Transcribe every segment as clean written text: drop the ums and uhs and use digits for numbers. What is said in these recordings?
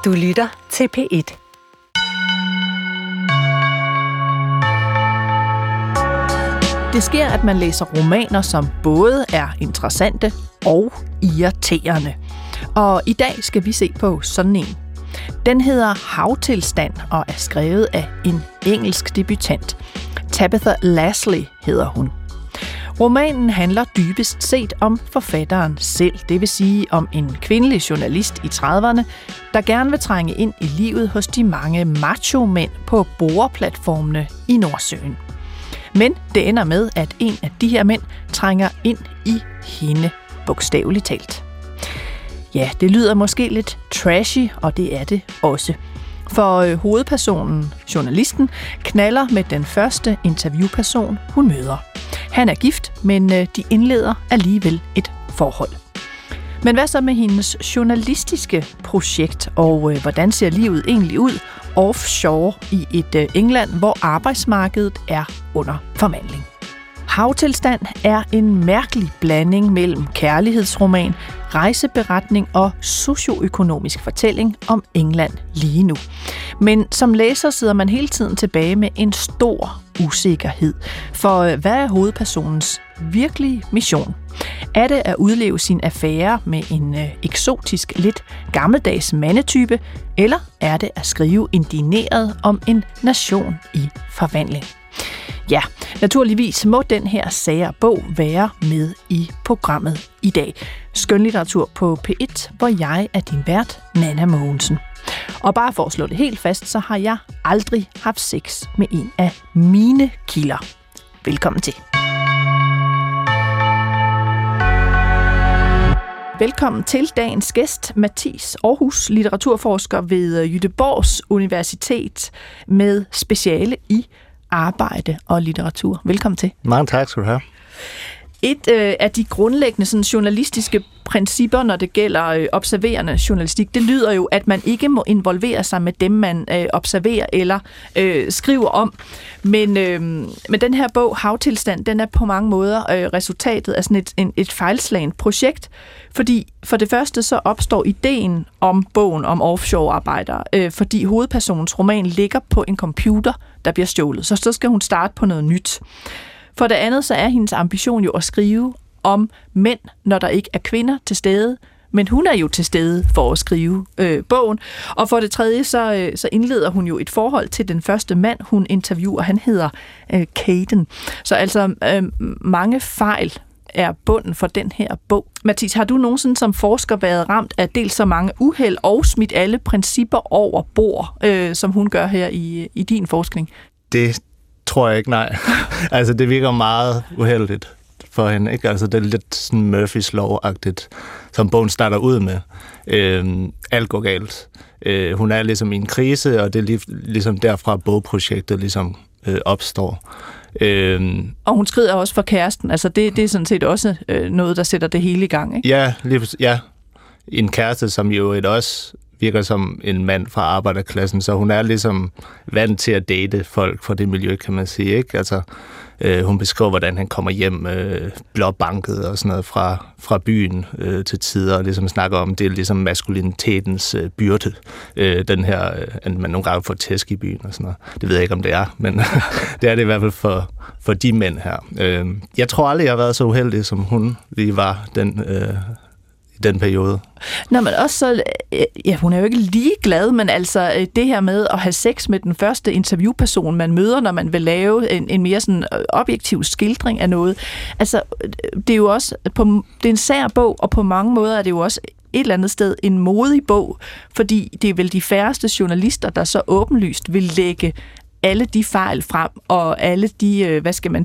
Du lytter til P1. Det sker, at man læser romaner, som både er interessante og irriterende. Og i dag skal vi se på sådan en. Den hedder Havtilstand og er skrevet af en engelsk debutant. Tabitha Lasley hedder hun. Romanen handler dybest set om forfatteren selv, det vil sige om en kvindelig journalist i 30'erne, der gerne vil trænge ind i livet hos de mange macho-mænd på boreplatformene i Nordsøen. Men det ender med, at en af de her mænd trænger ind i hende, bogstaveligt talt. Ja, det lyder måske lidt trashy, og det er det også. For hovedpersonen, journalisten, knaller med den første interviewperson, hun møder. Han er gift, men de indleder alligevel et forhold. Men hvad så med hendes journalistiske projekt, og hvordan ser livet egentlig ud offshore i et England, hvor arbejdsmarkedet er under forvandling? Havtilstand er en mærkelig blanding mellem kærlighedsroman, rejseberetning og socioøkonomisk fortælling om England lige nu. Men som læser sidder man hele tiden tilbage med en stor usikkerhed. For hvad er hovedpersonens virkelige mission? Er det at udleve sin affære med en eksotisk, lidt gammeldags mandetype, eller er det at skrive indigneret om en nation i forvandling? Ja, naturligvis må den her sære bog være med i programmet i dag. Skønlitteratur på P1, hvor jeg er din vært, Nanna Mogensen. Og bare for at slå det helt fast, så har jeg aldrig haft sex med en af mine kilder. Velkommen til. Velkommen til dagens gæst, Mathies Aarhus, litteraturforsker ved Göteborgs Universitet med speciale i arbejde og litteratur. Velkommen til. Mange tak skal du have. Et af de grundlæggende sådan, journalistiske principper, når det gælder observerende journalistik, det lyder jo, at man ikke må involvere sig med dem, man observerer eller skriver om. Men den her bog, Havtilstand, den er på mange måder resultatet af sådan et fejlslagent projekt, fordi for det første så opstår ideen om bogen om offshore-arbejdere, fordi hovedpersonens roman ligger på en computer, der bliver stjålet. Så skal hun starte på noget nyt. For det andet, så er hendes ambition jo at skrive om mænd, når der ikke er kvinder til stede, men hun er jo til stede for at skrive bogen. Og for det tredje, så indleder hun jo et forhold til den første mand, hun interviewer. Han hedder Caden. Så altså mange fejl er bunden for den her bog. Mathies, har du nogensinde som forsker været ramt af dels så mange uheld og smidt alle principper over bord, som hun gør her i din forskning? Det tror jeg ikke, nej. Altså, det virker meget uheldigt for hende, ikke? Altså, det er lidt sådan Murphys Law-agtigt, som bogen starter ud med. Alt går galt. Hun er ligesom i en krise, og det er ligesom derfra bogprojektet ligesom opstår. Og hun skrider også for kæresten. Altså, det er sådan set også noget, der sætter det hele i gang, ikke? Ja. En kæreste, som jo også virker som en mand fra arbejderklassen, så hun er ligesom vant til at date folk fra det miljø, kan man sige, ikke? Altså, hun beskriver, hvordan han kommer hjem blåbanket og sådan noget fra byen til tider, og ligesom snakker om, det er ligesom maskulinitetens byrde, den her, at man nogle gange får tæsk i byen og sådan noget. Det ved jeg ikke, om det er, men det er det i hvert fald for de mænd her. Jeg tror aldrig, jeg har været så uheldig, som hun lige var i den periode. Nå, men også så, ja, hun er jo ikke lige glad, men altså det her med at have sex med den første interviewperson, man møder, når man vil lave en mere sådan objektiv skildring af noget. Altså, det er jo også, det er en sær bog, og på mange måder er det jo også et eller andet sted en modig bog, fordi det er vel de færreste journalister, der så åbenlyst vil lægge alle de fejl frem, og alle de,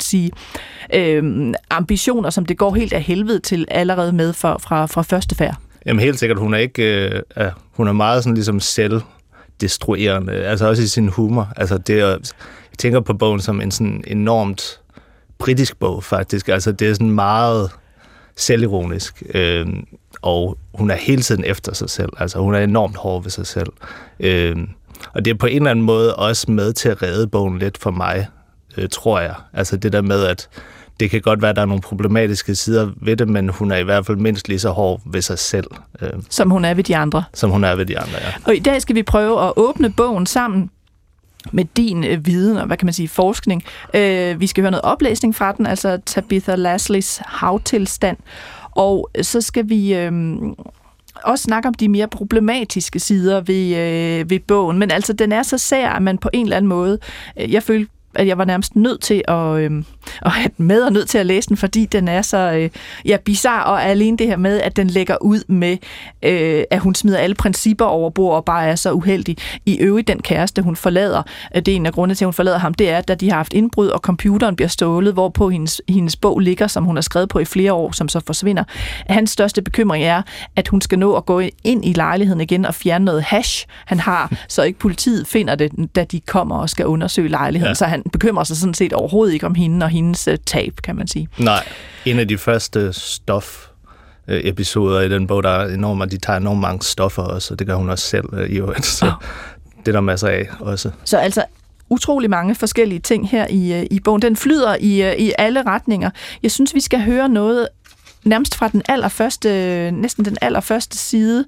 ambitioner, som det går helt af helvede til allerede med fra første færd. Jamen helt sikkert, hun er ikke, hun er meget sådan ligesom selvdestruerende, altså også i sin humor. Altså jeg tænker på bogen som en sådan enormt britisk bog faktisk, altså det er sådan meget selvironisk, og hun er hele tiden efter sig selv, altså hun er enormt hård ved sig selv. Og det er på en eller anden måde også med til at redde bogen lidt for mig, tror jeg. Altså det der med, at det kan godt være, at der er nogle problematiske sider ved det, men hun er i hvert fald mindst lige så hård ved sig selv. Som hun er ved de andre. Som hun er ved de andre, ja. Og i dag skal vi prøve at åbne bogen sammen med din viden og, hvad kan man sige, forskning. Vi skal høre noget oplæsning fra den, altså Tabitha Lasleys Havtilstand. Og så skal vi også snakke om de mere problematiske sider ved bogen. Men altså, den er så sær, at man på en eller anden måde, jeg følte, at jeg var nærmest nødt til at have den med og nødt til at læse den, fordi den er så bizarre, og alene det her med, at den lægger ud med, at hun smider alle principper over bord og bare er så uheldig. I øvrigt, den kæreste, hun forlader, det er en af grundene til, at hun forlader ham, det er, da de har haft indbrud, og computeren bliver stjålet, hvorpå hendes bog ligger, som hun har skrevet på i flere år, som så forsvinder. Hans største bekymring er, at hun skal nå at gå ind i lejligheden igen og fjerne noget hash, han har, så ikke politiet finder det, da de kommer og skal undersøge lejligheden. Ja. Så han bekymrer sig sådan set overhovedet ikke om hende og hendes tab, kan man sige. Nej, en af de første episoder i den bog, der er enormt, de tager enormt mange stoffer også, og det gør hun også selv i øvrigt, så det er der masser af også. Så altså utrolig mange forskellige ting her i bogen. Den flyder i alle retninger. Jeg synes, vi skal høre noget nærmest fra næsten den allerførste side,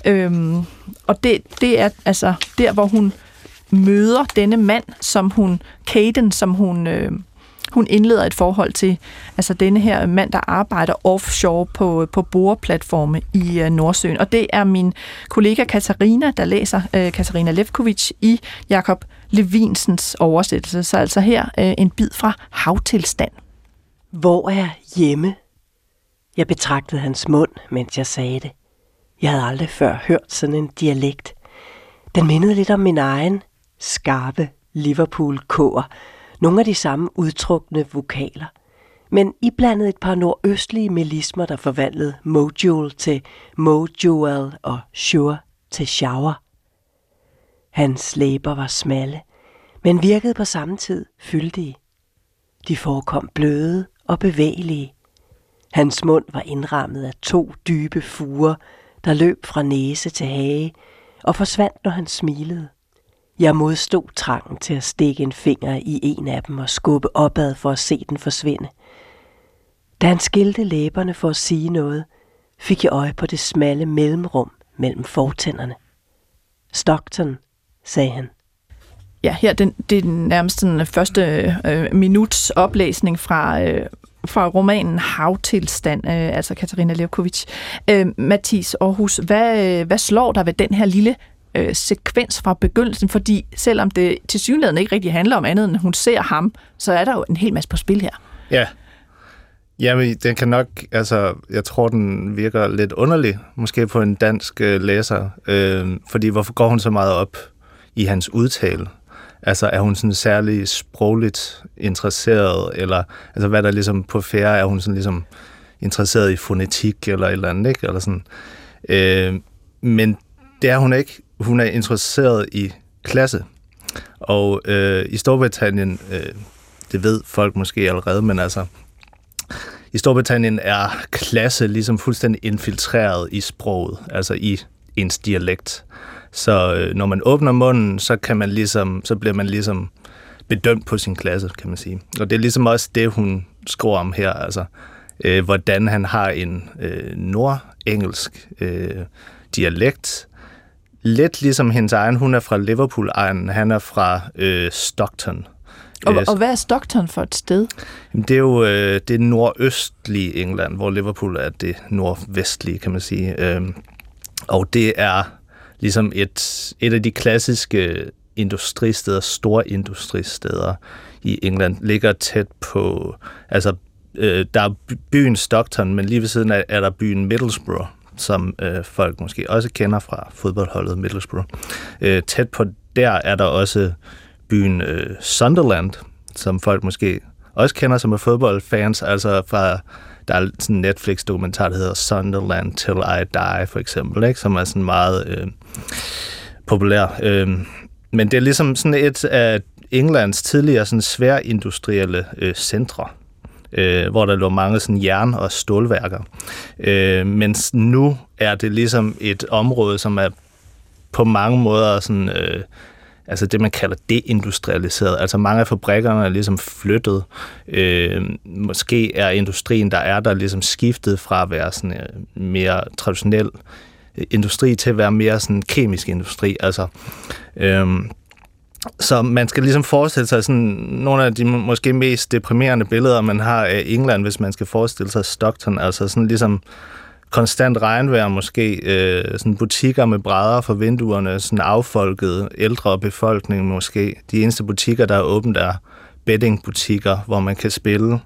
og det er altså der, hvor hun møder denne mand, Caden, som hun indleder et forhold til. Altså denne her mand, der arbejder offshore på boreplatforme i Nordsøen. Og det er min kollega Katarina, der læser, Katarina Levkovic, i Jakob Levinsens oversættelse. Så altså her en bid fra Havtilstand. Hvor er hjemme? Jeg betragtede hans mund, mens jeg sagde det. Jeg havde aldrig før hørt sådan en dialekt. Den mindede lidt om min egen skarpe Liverpool-kår. Nogle af de samme udtrukne vokaler. Men iblandet et par nordøstlige melismer, der forvandlede module til mojual og sure til shower. Hans læber var smalle, men virkede på samme tid fyldige. De forekom bløde og bevægelige. Hans mund var indrammet af 2 dybe furer, der løb fra næse til hage og forsvandt, når han smilede. Jeg modstod trangen til at stikke en finger i en af dem og skubbe opad for at se den forsvinde. Da han skilte læberne for at sige noget, fik jeg øje på det smalle mellemrum mellem fortænderne. Stockton, sagde han. Ja, her det er nærmest den første minuts oplæsning fra romanen Havtilstand, altså Katarina Levkovic. Mathias Aarhus, hvad slår der ved den her lille sekvens fra begyndelsen? Fordi selvom det tilsyneladende ikke rigtig handler om andet, end hun ser ham, så er der jo en hel masse på spil her. Ja. Jamen, den kan nok, altså, jeg tror, den virker lidt underlig, måske på en dansk læser, fordi hvorfor går hun så meget op i hans udtale? Altså, er hun sådan særlig sprogligt interesseret, eller altså, hvad der ligesom på færre, er hun sådan ligesom interesseret i fonetik, eller et eller andet, ikke? Eller sådan. Men det er hun ikke. Hun er interesseret i klasse. Og i Storbritannien, det ved folk måske allerede, men altså, i Storbritannien er klasse ligesom fuldstændig infiltreret i sproget, altså i ens dialekt. Så når man åbner munden, så bliver man ligesom bedømt på sin klasse, kan man sige. Og det er ligesom også det, hun skriver om her, altså hvordan han har en nordengelsk dialekt. Lidt ligesom hendes egen, hun er fra Liverpool-egnen, han er fra Stockton. Og hvad er Stockton for et sted? Det er jo det nordøstlige England, hvor Liverpool er det nordvestlige, kan man sige. Og det er ligesom et af de klassiske industristeder, store industristeder i England, ligger tæt på, altså der er byen Stockton, men lige ved siden af er der byen Middlesbrough, som folk måske også kender fra fodboldholdet Middlesbrough. Tæt på der er der også byen Sunderland, som folk måske også kender som er fodboldfans, altså fra, der er sådan en Netflix-dokumentar, der hedder Sunderland Till I Die, for eksempel, ikke? Som er sådan meget populær. Men det er ligesom sådan et af Englands tidligere sådan sværindustrielle centre, hvor der lå mange sådan jern- og stålværker. Mens nu er det ligesom et område, som er på mange måder sådan altså det, man kalder deindustrialiseret. Altså mange af fabrikkerne er ligesom flyttet. Måske er industrien, der er der, ligesom skiftet fra at være sådan mere traditionel industri til at være mere sådan kemisk industri. Altså, så man skal ligesom forestille sig sådan nogle af de måske mest deprimerende billeder, man har af England, hvis man skal forestille sig Stockton. Altså sådan ligesom konstant regnvejr måske, sådan butikker med brædder for vinduerne, sådan affolket ældre befolkning måske. De eneste butikker, der er åbent, er bettingbutikker, hvor man kan spille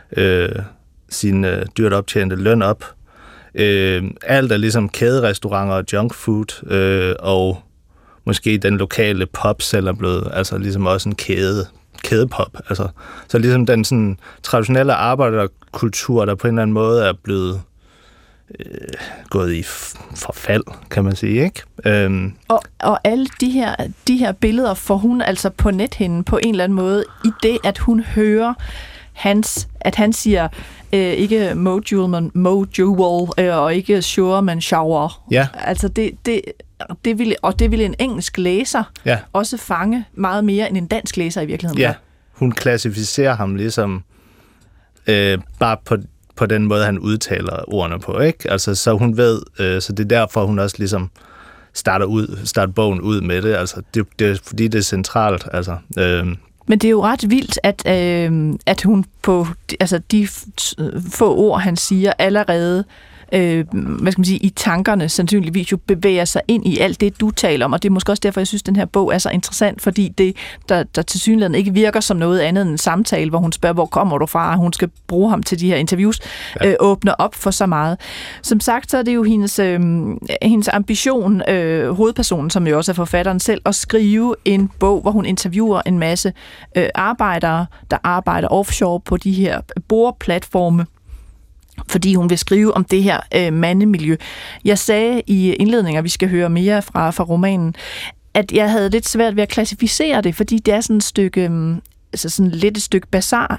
sin dyrt optjente løn op. Alt er ligesom kæderestauranter og junkfood, og måske den lokale pop selv er blevet altså ligesom også en kædepop. Altså, så ligesom den sådan traditionelle arbejderkultur, der på en eller anden måde er blevet gået i forfald, kan man sige, ikke? Og alle de her billeder får hun altså på nethinden på en eller anden måde, i det, at hun hører at han siger ikke module, men module, og ikke sure, men shower. Ja. Altså det ville en engelsk læser også fange meget mere end en dansk læser i virkeligheden. Ja, hun klassificerer ham ligesom bare på den måde, han udtaler ordene på, ikke? Altså, så hun ved, så det er derfor, hun også ligesom starter bogen ud med det. Altså, det er fordi, det er centralt. Altså, Men det er jo ret vildt, at hun på de få ord, han siger, allerede hvad skal man sige, i tankerne sandsynligvis jo bevæger sig ind i alt det, du taler om, og det er måske også derfor, jeg synes, at den her bog er så interessant, fordi det, der tilsyneladende ikke virker som noget andet end en samtale, hvor hun spørger, hvor kommer du fra, hun skal bruge ham til de her interviews, åbner op for så meget. Som sagt, så er det jo hendes ambition, hovedpersonen, som jo også er forfatteren selv, at skrive en bog, hvor hun interviewer en masse arbejdere, der arbejder offshore på de her boreplatforme, fordi hun vil skrive om det her mandemiljø. Jeg sagde i indledningen, at vi skal høre mere fra romanen, at jeg havde lidt svært ved at klassificere det, fordi det er sådan et stykke, altså sådan lidt et stykke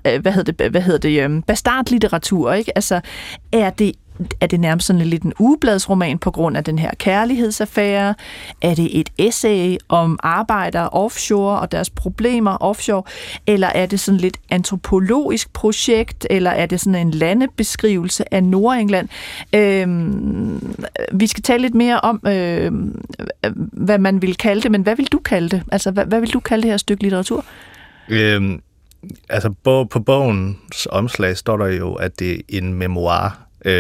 bastardlitteratur, ikke? Altså, er det nærmest sådan lidt en ugebladsroman på grund af den her kærlighedsaffære? Er det et essay om arbejdere offshore og deres problemer offshore? Eller er det sådan lidt antropologisk projekt? Eller er det sådan en landebeskrivelse af Nordengland? Vi skal tale lidt mere om, hvad man vil kalde det, men hvad vil du kalde det? Altså, hvad vil du kalde det her stykke litteratur? Altså, på bogens omslag står der jo, at det er en memoir.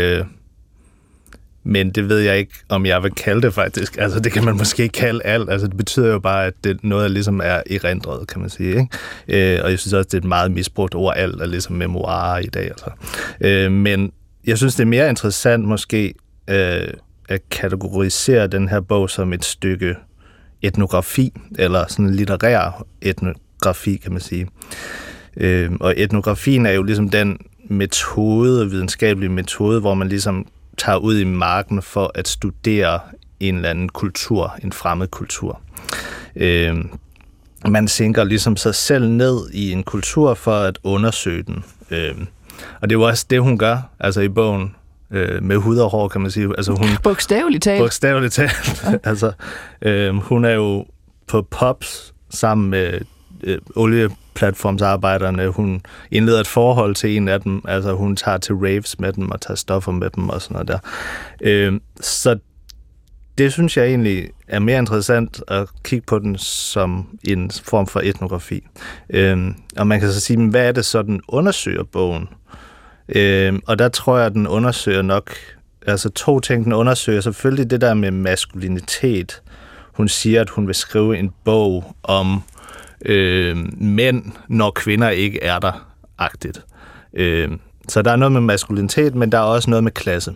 Men det ved jeg ikke, om jeg vil kalde det faktisk. Altså, det kan man måske kalde alt. Altså, det betyder jo bare, at det noget, der ligesom er erindret, kan man sige, ikke? Og jeg synes også, det er et meget misbrugt ord, alt er ligesom memoirer i dag. Altså. Men jeg synes, det er mere interessant måske at kategorisere den her bog som et stykke etnografi, eller sådan en litterær etnografi, kan man sige. Og etnografien er jo ligesom den videnskabelig metode, hvor man ligesom tager ud i marken for at studere en eller anden kultur, en fremmed kultur. Man sænker ligesom sig selv ned i en kultur for at undersøge den. Og det er jo også det, hun gør, altså i bogen, med hud og hår, kan man sige. Altså hun, bogstaveligt talt. Bogstaveligt talt. Altså, hun er jo på Pops sammen med olieplatformsarbejderne. Hun indleder et forhold til en af dem. Altså, hun tager til raves med dem og tager stoffer med dem og sådan noget der. Så det synes jeg egentlig er mere interessant at kigge på den som en form for etnografi. Og man kan så sige, hvad er det så, den undersøger bogen? Og der tror jeg, at den undersøger nok, altså 2 ting. Den undersøger selvfølgelig det der med maskulinitet. Hun siger, at hun vil skrive en bog om mænd, når kvinder ikke er der-agtigt. Så der er noget med maskulinitet, men der er også noget med klasse.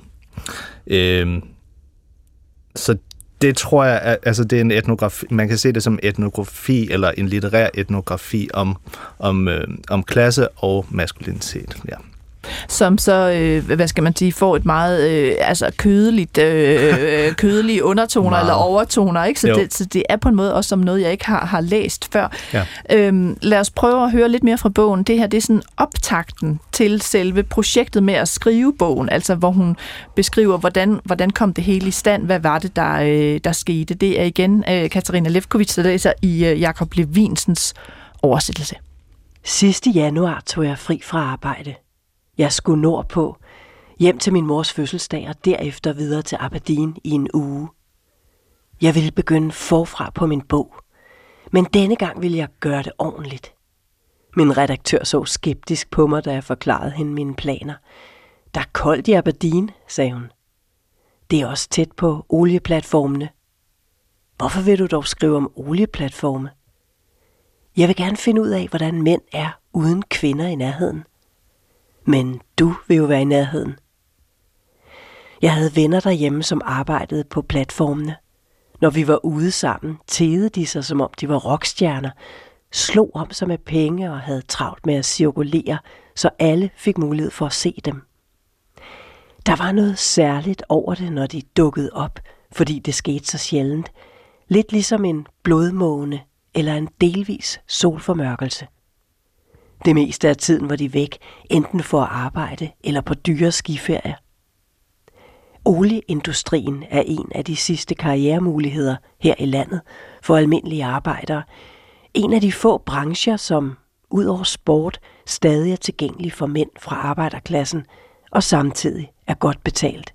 Så det tror jeg, altså det er en etnografi, man kan se det som etnografi, eller en litterær etnografi om klasse og maskulinitet, ja. som så, hvad skal man sige, får et meget kødelige undertoner eller overtoner, ikke? Så det er på en måde også som noget, jeg ikke har læst før. Ja. Lad os prøve at høre lidt mere fra bogen. Det her, det er sådan optakten til selve projektet med at skrive bogen, altså hvor hun beskriver, hvordan kom det hele i stand, hvad var det, der skete. Det er igen Katarina Lewkovitch, der læser i Jakob Levinsens oversættelse. Sidste januar tog jeg fri fra arbejde. Jeg skulle nordpå, hjem til min mors fødselsdag og derefter videre til Aberdeen i en uge. Jeg ville begynde forfra på min bog, men denne gang ville jeg gøre det ordentligt. Min redaktør så skeptisk på mig, da jeg forklarede hende mine planer. Der er koldt i Aberdeen, sagde hun. Det er også tæt på olieplatformene. Hvorfor vil du dog skrive om olieplatforme? Jeg vil gerne finde ud af, hvordan mænd er uden kvinder i nærheden. Men du vil jo være i nærheden. Jeg havde venner derhjemme, som arbejdede på platformene. Når vi var ude sammen, tegede de sig, som om de var rockstjerner, slog om sig med penge og havde travlt med at cirkulere, så alle fik mulighed for at se dem. Der var noget særligt over det, når de dukkede op, fordi det skete så sjældent. Lidt ligesom en blodmåne eller en delvis solformørkelse. Det meste af tiden var de væk, enten for at arbejde eller på dyre skiferier. Olieindustrien er en af de sidste karrieremuligheder her i landet for almindelige arbejdere. En af de få brancher, som ud over sport stadig er tilgængelig for mænd fra arbejderklassen og samtidig er godt betalt.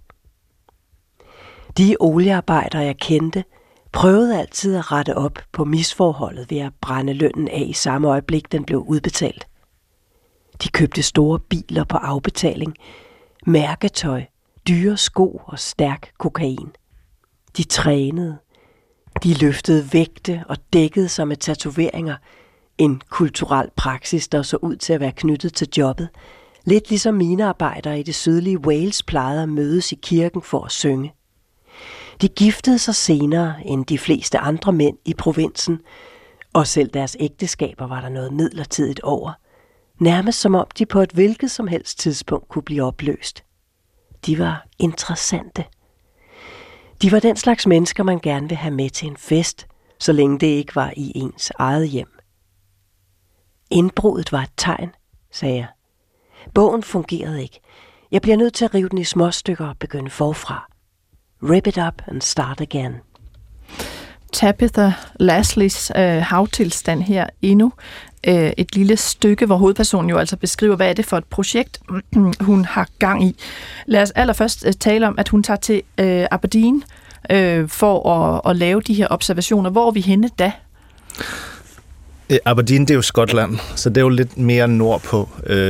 De oliearbejdere, jeg kendte, prøvede altid at rette op på misforholdet ved at brænde lønnen af i samme øjeblik, den blev udbetalt. De købte store biler på afbetaling, mærketøj, dyre sko og stærk kokain. De trænede, de løftede vægte og dækkede sig med tatoveringer, en kulturel praksis, der så ud til at være knyttet til jobbet, lidt ligesom minearbejdere i det sydlige Wales plejede at mødes i kirken for at synge. De giftede sig senere end de fleste andre mænd i provinsen, og selv deres ægteskaber var der noget midlertidigt over, nærmest som om de på et hvilket som helst tidspunkt kunne blive opløst. De var interessante. De var den slags mennesker, man gerne vil have med til en fest, så længe det ikke var i ens eget hjem. Indbruddet var et tegn, sagde jeg. Bogen fungerede ikke. Jeg bliver nødt til at rive den i små stykker og begynde forfra. Rip it up and start again. Tabitha Lasleys havtilstand her endnu. Et lille stykke, hvor hovedpersonen jo altså beskriver, hvad er det for et projekt, hun har gang i. Lad os allerførst tale om, at hun tager til Aberdeen for at lave de her observationer. Hvor er vi henne da? Aberdeen, det er jo Skotland, så det er jo lidt mere nordpå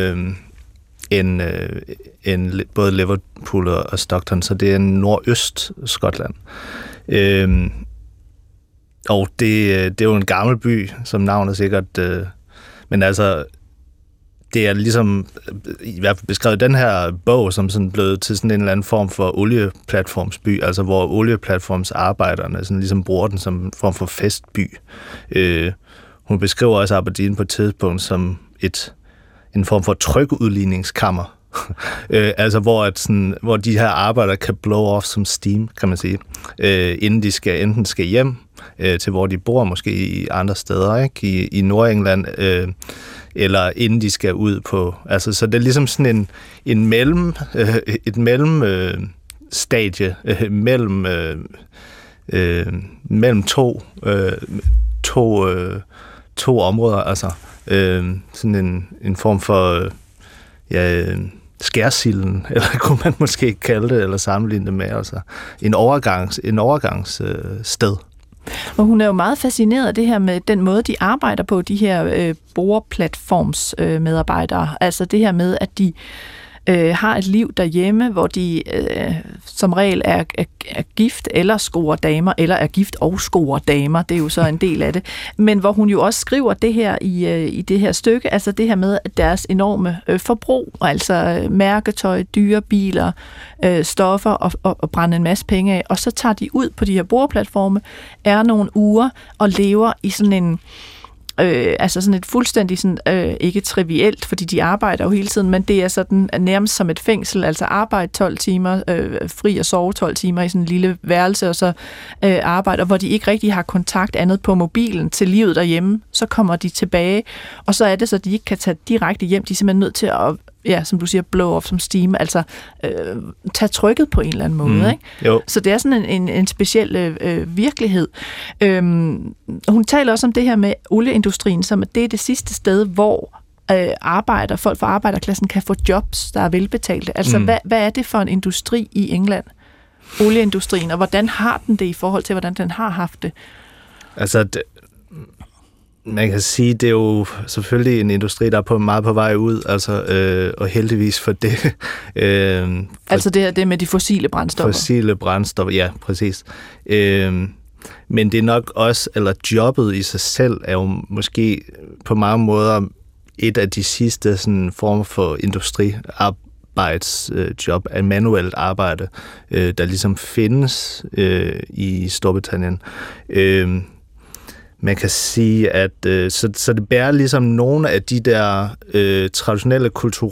end både Liverpool og Stockton, så det er nordøst Skotland. Og det er jo en gammel by, som navnet sikkert, men altså, det er ligesom i hvert fald beskrevet den her bog, som sådan blevet til sådan en eller anden form for olieplatformsby, altså hvor olieplatformsarbejderne sådan ligesom bruger den som en form for festby. Hun beskriver også Aberdeen på et tidspunkt som en form for trykudligningskammer. Altså hvor de her arbejdere kan blow off som steam, kan man sige, inden de enten skal hjem til hvor de bor, måske i andre steder, ikke? I Nordengland, eller inden de skal ud på. Altså, så det er ligesom sådan et mellemstadie mellem to områder, altså sådan en form for skærsilden, eller kunne man måske kalde det, eller sammenligne det med, altså en overgangssted. Og hun er jo meget fascineret af det her med den måde, de arbejder på, de her boreplatformsmedarbejdere. Altså det her med, at de har et liv derhjemme, hvor de som regel er gift eller scorer damer, eller er gift og scorer damer. Det er jo så en del af det. Men hvor hun jo også skriver det her i det her stykke, altså det her med deres enorme forbrug, altså mærketøj, dyre biler, stoffer og brænde en masse penge af. Og så tager de ud på de her boreplatforme, er nogle uger og lever i sådan altså sådan et fuldstændig sådan, ikke trivielt, fordi de arbejder jo hele tiden, men det er sådan nærmest som et fængsel, altså arbejde 12 timer, fri og sove 12 timer i sådan en lille værelse, og så arbejde, og hvor de ikke rigtig har kontakt andet på mobilen til livet derhjemme, så kommer de tilbage, og så er det så, at de ikke kan tage direkte hjem, de er simpelthen nødt til at, ja, som du siger, blow off som steam, altså tage trykket på en eller anden måde. Ikke? Jo. Så det er sådan en speciel virkelighed. Hun taler også om det her med olieindustrien, som at det er det sidste sted, hvor folk fra arbejderklassen kan få jobs, der er velbetalte. Altså, hvad er det for en industri i England? Olieindustrien, og hvordan har den det i forhold til, hvordan den har haft det? Altså, man kan sige, det er jo selvfølgelig en industri, der er meget på vej ud, altså, og heldigvis for det. Altså det med de fossile brændstoffer? Fossile brændstoffer, ja, præcis. Men det er nok også, eller jobbet i sig selv er jo måske på mange måder et af de sidste sådan, former for industriarbejdsjob af manuelt arbejde, der ligesom findes i Storbritannien. Man kan sige, at så det bærer ligesom nogle af de der traditionelle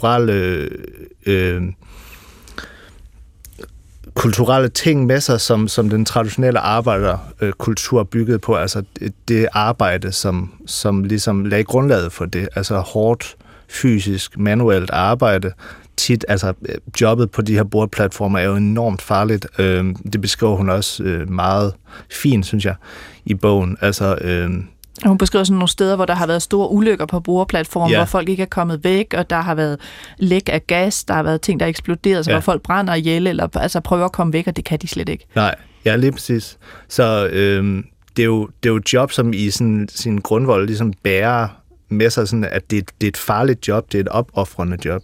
kulturelle ting med sig, som den traditionelle arbejderkultur byggede på, altså det arbejde, som ligesom lagde grundlaget for det, altså hårdt, fysisk, manuelt arbejde. Tit, altså jobbet på de her bordplatformer er jo enormt farligt. Det beskriver hun også meget fint, synes jeg, i bogen. Altså, hun beskriver sådan nogle steder, hvor der har været store ulykker på bordplatformen, hvor folk ikke er kommet væk, og der har været læk af gas, der har været ting, der er eksploderet, så hvor folk brænder ihjel, eller altså prøver at komme væk, og det kan de slet ikke. Nej, ja, lige præcis. Så det er jo job, som i sin grundvold ligesom bærer med sig, sådan, at det er et farligt job, det er et opofrende job.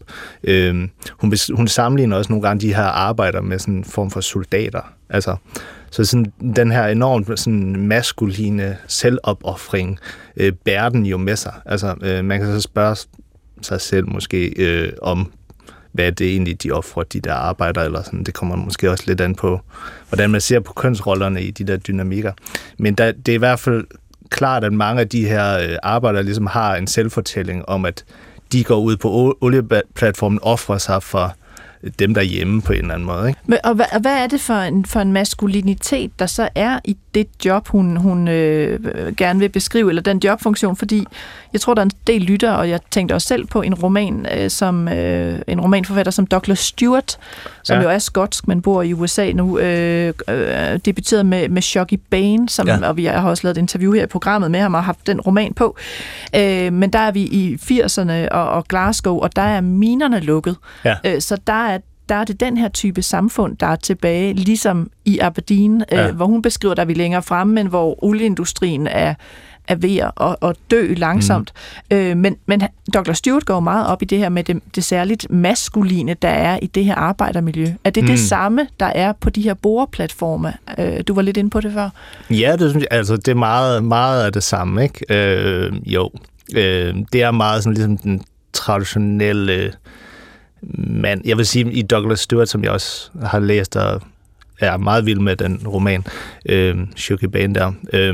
Hun sammenligner også nogle gange de her arbejder med sådan en form for soldater. Altså, så sådan, den her enormt sådan maskuline selvopoffring bærer den jo med sig. Altså, man kan så spørge sig selv måske om, hvad det egentlig de offrer, de der arbejder, eller sådan. Det kommer måske også lidt an på, hvordan man ser på kønsrollerne i de der dynamikker. Men det er i hvert fald klart, at mange af de her arbejdere ligesom har en selvfortælling om, at de går ud på olieplatformen, offrer sig for dem derhjemme på en eller anden måde. Ikke? Og hvad er det for en maskulinitet, der så er i det job, hun gerne vil beskrive, eller den jobfunktion? Fordi jeg tror, der er en del lytter, og jeg tænkte også selv på en roman, en romanforfatter som Douglas Stewart, som jo er skotsk, men bor i USA nu, debuteret med Shoghi Bain, og vi har også lavet et interview her i programmet med ham, og haft den roman på. Men der er vi i 80'erne og Glasgow, og der er minerne lukket. Ja. Så der er det den her type samfund, der er tilbage, ligesom i Aberdeen, hvor hun beskriver, der er vi længere fremme, men hvor olieindustrien er ved at dø langsomt. Men Douglas Stewart går meget op i det her med det særligt maskuline, der er i det her arbejdermiljø. Er det det samme, der er på de her boreplatforme? Du var lidt inde på det før. Ja, det synes jeg. Altså, det er meget, meget af det samme, ikke? Jo. Det er meget sådan ligesom den traditionelle mand. Jeg vil sige, i Douglas Stewart, som jeg også har læst, og er meget vild med den roman, Shoghi Bain der,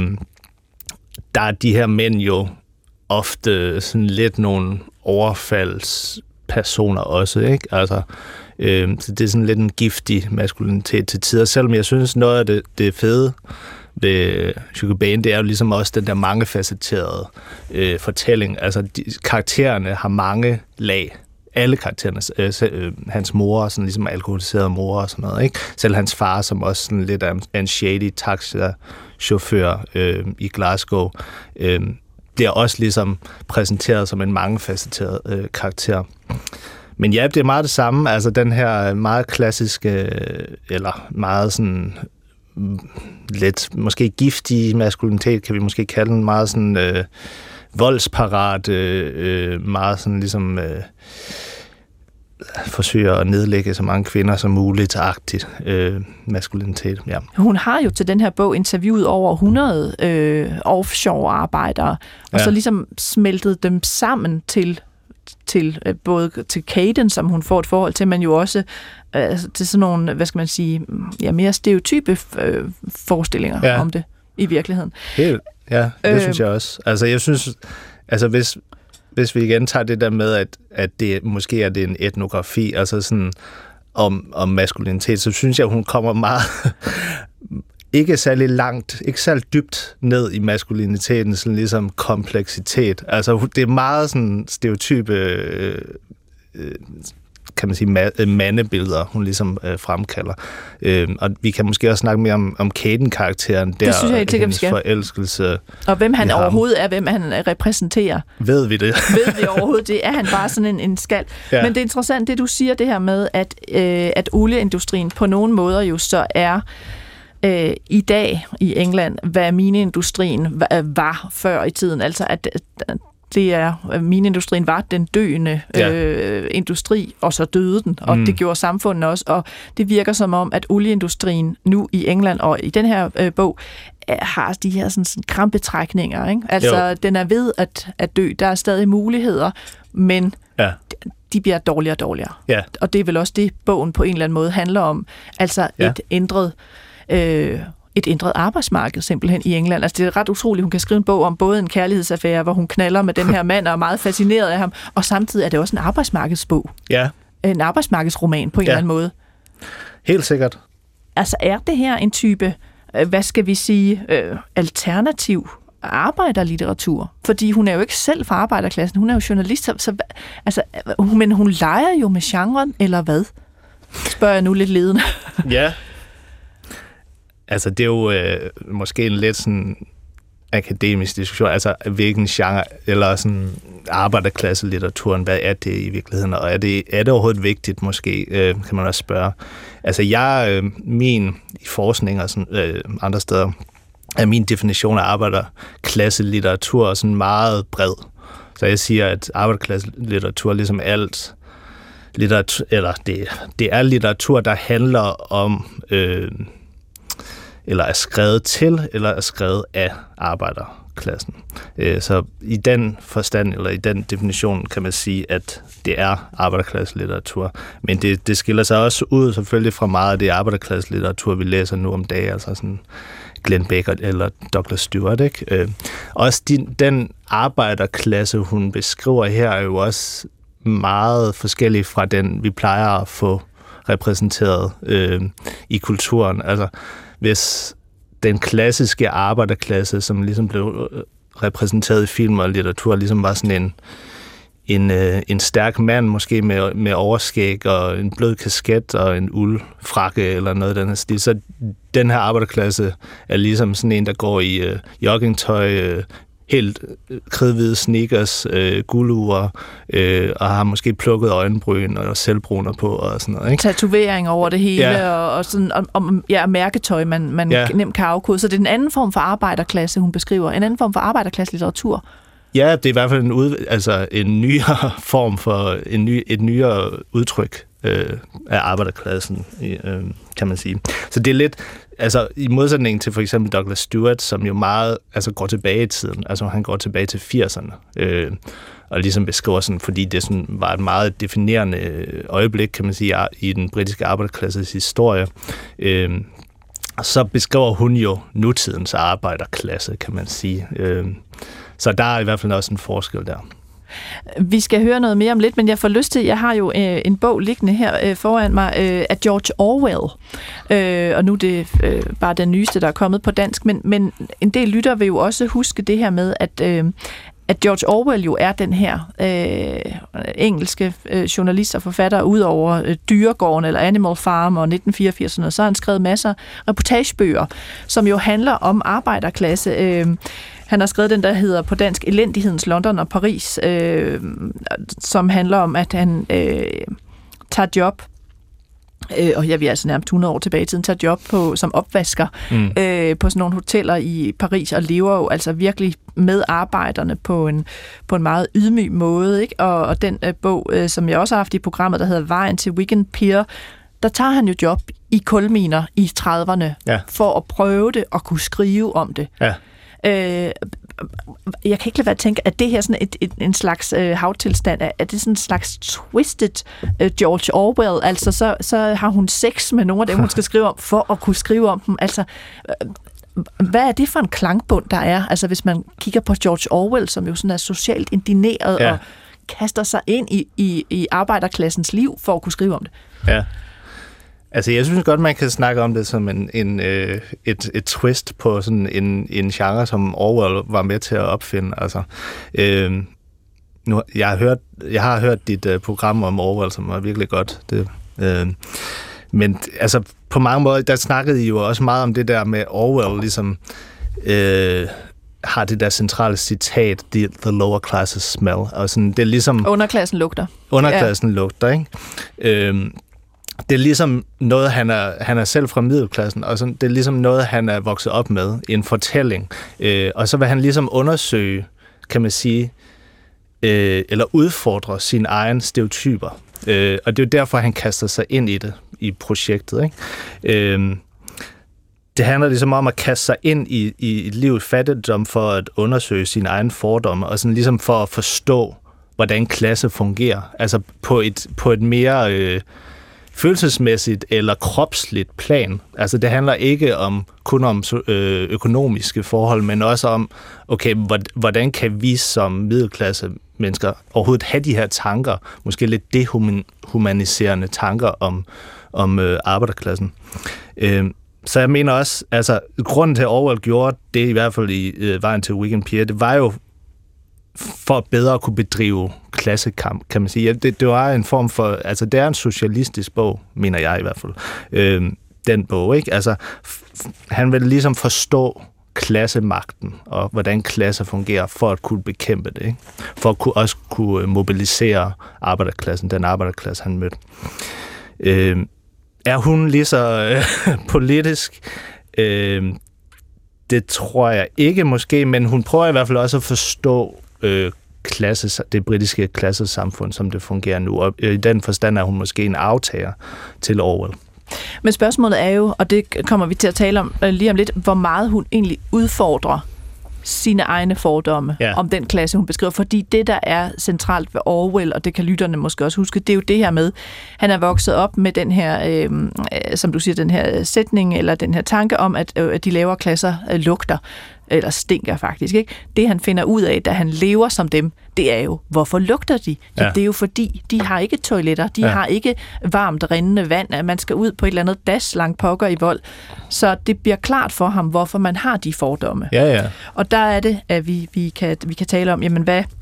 der er de her mænd jo ofte sådan lidt nogle overfaldspersoner også, ikke? Altså, så det er sådan lidt en giftig maskulinitet til tider, selvom jeg synes, noget af det fede ved Shoghi Bain, det er jo ligesom også den der mangefacetterede fortælling. Altså, karaktererne har mange lag. Alle karaktererne, hans mor, sådan ligesom alkoholiseret mor og sådan noget, ikke? Selv hans far, som også sådan lidt er en shady taxichauffør i Glasgow, bliver også ligesom præsenteret som en mangefacetteret karakter. Men ja, det er meget det samme, altså den her meget klassiske, eller meget sådan lidt, måske giftige maskulinitet, kan vi måske kalde den, meget sådan voldsparat, meget sådan ligesom forsøger at nedlægge så mange kvinder som muligt-agtigt maskulinitet. Ja. Hun har jo til den her bog interviewet over 100 offshore-arbejdere, og så ligesom smeltet dem sammen til både til Caden, som hun får et forhold til, men jo også til sådan nogle, hvad skal man sige, mere stereotype forestillinger om det i virkeligheden. Ja, det synes jeg også. Altså, jeg synes, altså hvis vi igen tager det der med, at det måske er det en etnografi, altså sådan om maskulinitet, så synes jeg, hun kommer meget ikke særlig langt, ikke særlig dybt ned i maskuliniteten, sådan ligesom kompleksitet. Altså, det er meget sådan stereotype kan man sige, mandebilleder, hun ligesom fremkalder. Og vi kan måske også snakke mere om Caden-karakteren der, og hendes forelskelse. Og hvem han overhovedet er, hvem han repræsenterer. Ved vi det? Ved vi overhovedet det? Er han bare sådan en skal? Ja. Men det er interessant, det du siger, det her med, at olieindustrien på nogle måder jo så er i dag i England, hvad mineindustrien var før i tiden. Altså, at mineindustrien var den døende industri, og så døde den, og det gjorde samfundet også, og det virker som om, at olieindustrien nu i England, og i den her bog, har de her sådan krampetrækninger, ikke? Altså, den er ved at dø. Der er stadig muligheder, men de bliver dårligere og dårligere. Ja. Og det er vel også det, bogen på en eller anden måde handler om. Altså et ændret arbejdsmarked simpelthen i England. Altså det er ret utroligt, hun kan skrive en bog om både en kærlighedsaffære, hvor hun knaller med den her mand og er meget fascineret af ham, og samtidig er det også en arbejdsmarkedsbog. Ja. En arbejdsmarkedsroman på en eller anden måde. Helt sikkert. Altså er det her en type, hvad skal vi sige, alternativ arbejderlitteratur? Fordi hun er jo ikke selv fra arbejderklassen, hun er jo journalist, men hun leger jo med genren, eller hvad? Spørger jeg nu lidt ledende. Ja. Altså, det er jo måske en lidt sådan akademisk diskussion, altså hvilken genre, eller sådan arbejderklasselitteraturen, hvad er det i virkeligheden, og er det overhovedet vigtigt måske, kan man også spørge. Altså, min i forskning og sådan, andre steder, er min definition af arbejderklasselitteratur sådan meget bred. Så jeg siger, at arbejderklasselitteratur, ligesom alt litteratur, eller det er litteratur, der handler om eller er skrevet til, eller er skrevet af arbejderklassen. Så i den forstand, eller i den definition, kan man sige, at det er arbejderklasselitteratur. Men det skiller sig også ud selvfølgelig fra meget af det arbejderklasselitteratur, vi læser nu om dagen, altså sådan Glenn Beck eller Douglas Stewart, ikke? Også den arbejderklasse, hun beskriver her, er jo også meget forskellig fra den, vi plejer at få repræsenteret i kulturen. Altså, hvis den klassiske arbejderklasse, som ligesom blev repræsenteret i film og litteratur, ligesom var sådan en stærk mand, måske med overskæg og en blød kasket og en uldfrakke eller noget af den her stil, så den her arbejderklasse er ligesom sådan en, der går i joggingtøj, helt kridhvide sneakers, guldurer, og har måske plukket øjenbryn og selvbruner på og sådan noget, ikke? Tatovering over det hele, og sådan mærketøj, man nemt kan afkode. Så det er en anden form for arbejderklasse, hun beskriver. En anden form for arbejderklasselitteratur. Ja, det er i hvert fald en nyere form for et nyere udtryk af arbejderklassen, kan man sige. Så det er lidt, altså i modsætning til for eksempel Douglas Stewart, som jo meget går tilbage i tiden, altså han går tilbage til 80'erne, og ligesom beskriver sådan, fordi det sådan var et meget definerende øjeblik, kan man sige, i den britiske arbejderklasses historie. Så beskriver hun jo nutidens arbejderklasse, kan man sige. Så der er i hvert fald også en forskel der. Vi skal høre noget mere om lidt, men jeg får lyst til, jeg har jo en bog liggende her foran mig af George Orwell, og nu er det bare den nyeste, der er kommet på dansk, men en del lytter vil jo også huske det her med, at George Orwell jo er den her engelske journalist og forfatter ud over Dyregården eller Animal Farm og 1984, så har han skrevet masser af reportagebøger, som jo handler om arbejderklasse. Han har skrevet den, der hedder på dansk Elendighedens London og Paris, som handler om, at han tager job, og jeg vil altså nærmest 100 år tilbage i tiden, tager job som opvasker på sådan nogle hoteller i Paris, og lever jo altså virkelig med arbejderne på en meget ydmyg måde, ikke? Og den bog, som jeg også har haft i programmet, der hedder Vejen til Wigan Pier, der tager han jo job i kulminer i 30'erne, for at prøve det og kunne skrive om det. Ja. Jeg kan ikke lade være at tænke, at det her sådan en slags havtilstand, er det sådan en slags twisted George Orwell, altså så har hun sex med nogle af dem, hun skal skrive om, for at kunne skrive om dem, altså hvad er det for en klangbund, der er? Altså hvis man kigger på George Orwell, som jo sådan er socialt indigneret og kaster sig ind i arbejderklassens liv for at kunne skrive om det. Ja. Altså, jeg synes godt, man kan snakke om det som et twist på sådan en genre, som Orwell var med til at opfinde. Altså, jeg har hørt dit program om Orwell, som var virkelig godt. Men altså, på mange måder, der snakkede I jo også meget om det der med Orwell, ligesom har det der centrale citat, the lower classes smell. Og sådan, det er ligesom... Underklassen lugter. Underklassen lugter, ikke? Det er ligesom noget, han er selv fra middelklassen, og sådan, det er ligesom noget, han er vokset op med, en fortælling. Og så vil han ligesom undersøge, kan man sige, eller udfordre sine egne stereotyper. Og det er jo derfor, han kaster sig ind i det, i projektet. Ikke? Det handler ligesom om at kaste sig ind i livets fattigdom for at undersøge sine egne fordomme, og sådan ligesom for at forstå, hvordan klasse fungerer. Altså på et mere... følelsesmæssigt eller kropsligt plan. Altså det handler ikke kun om økonomiske forhold, men også om, okay, hvordan kan vi som middelklasse mennesker overhovedet have de her tanker, måske lidt dehumaniserende tanker om arbejderklassen. Så jeg mener også, altså grunden til, at Orwell gjorde det, i hvert fald i Vejen til Weekend Piger, det var jo for at bedre kunne bedrive klassekamp, kan man sige. Det var en form for, altså det er en socialistisk bog, mener jeg i hvert fald, den bog, ikke? Altså, han vil ligesom forstå klassemagten, og hvordan klasse fungerer, for at kunne bekæmpe det, ikke? For at også kunne mobilisere arbejderklassen, den arbejderklasse, han mødte. Er hun lige så politisk? Det tror jeg ikke måske, men hun prøver i hvert fald også at forstå det britiske klassesamfund, som det fungerer nu. Og i den forstand er hun måske en aftager til Orwell. Men spørgsmålet er jo, og det kommer vi til at tale om lige om lidt, hvor meget hun egentlig udfordrer sine egne fordomme om den klasse, hun beskriver. Fordi det, der er centralt ved Orwell, og det kan lytterne måske også huske, det er jo det her med, han er vokset op med den her, som du siger, den her sætning, eller den her tanke om, at de lavere klasser lugter, eller stinker faktisk, ikke? Det, han finder ud af, da han lever som dem, det er jo, hvorfor lugter de? Ja. Det er jo fordi, de har ikke toiletter, de har ikke varmt rindende vand, at man skal ud på et eller andet das langt pokker i vold. Så det bliver klart for ham, hvorfor man har de fordomme. Ja. Og der er det, at vi kan tale om, jamen hvad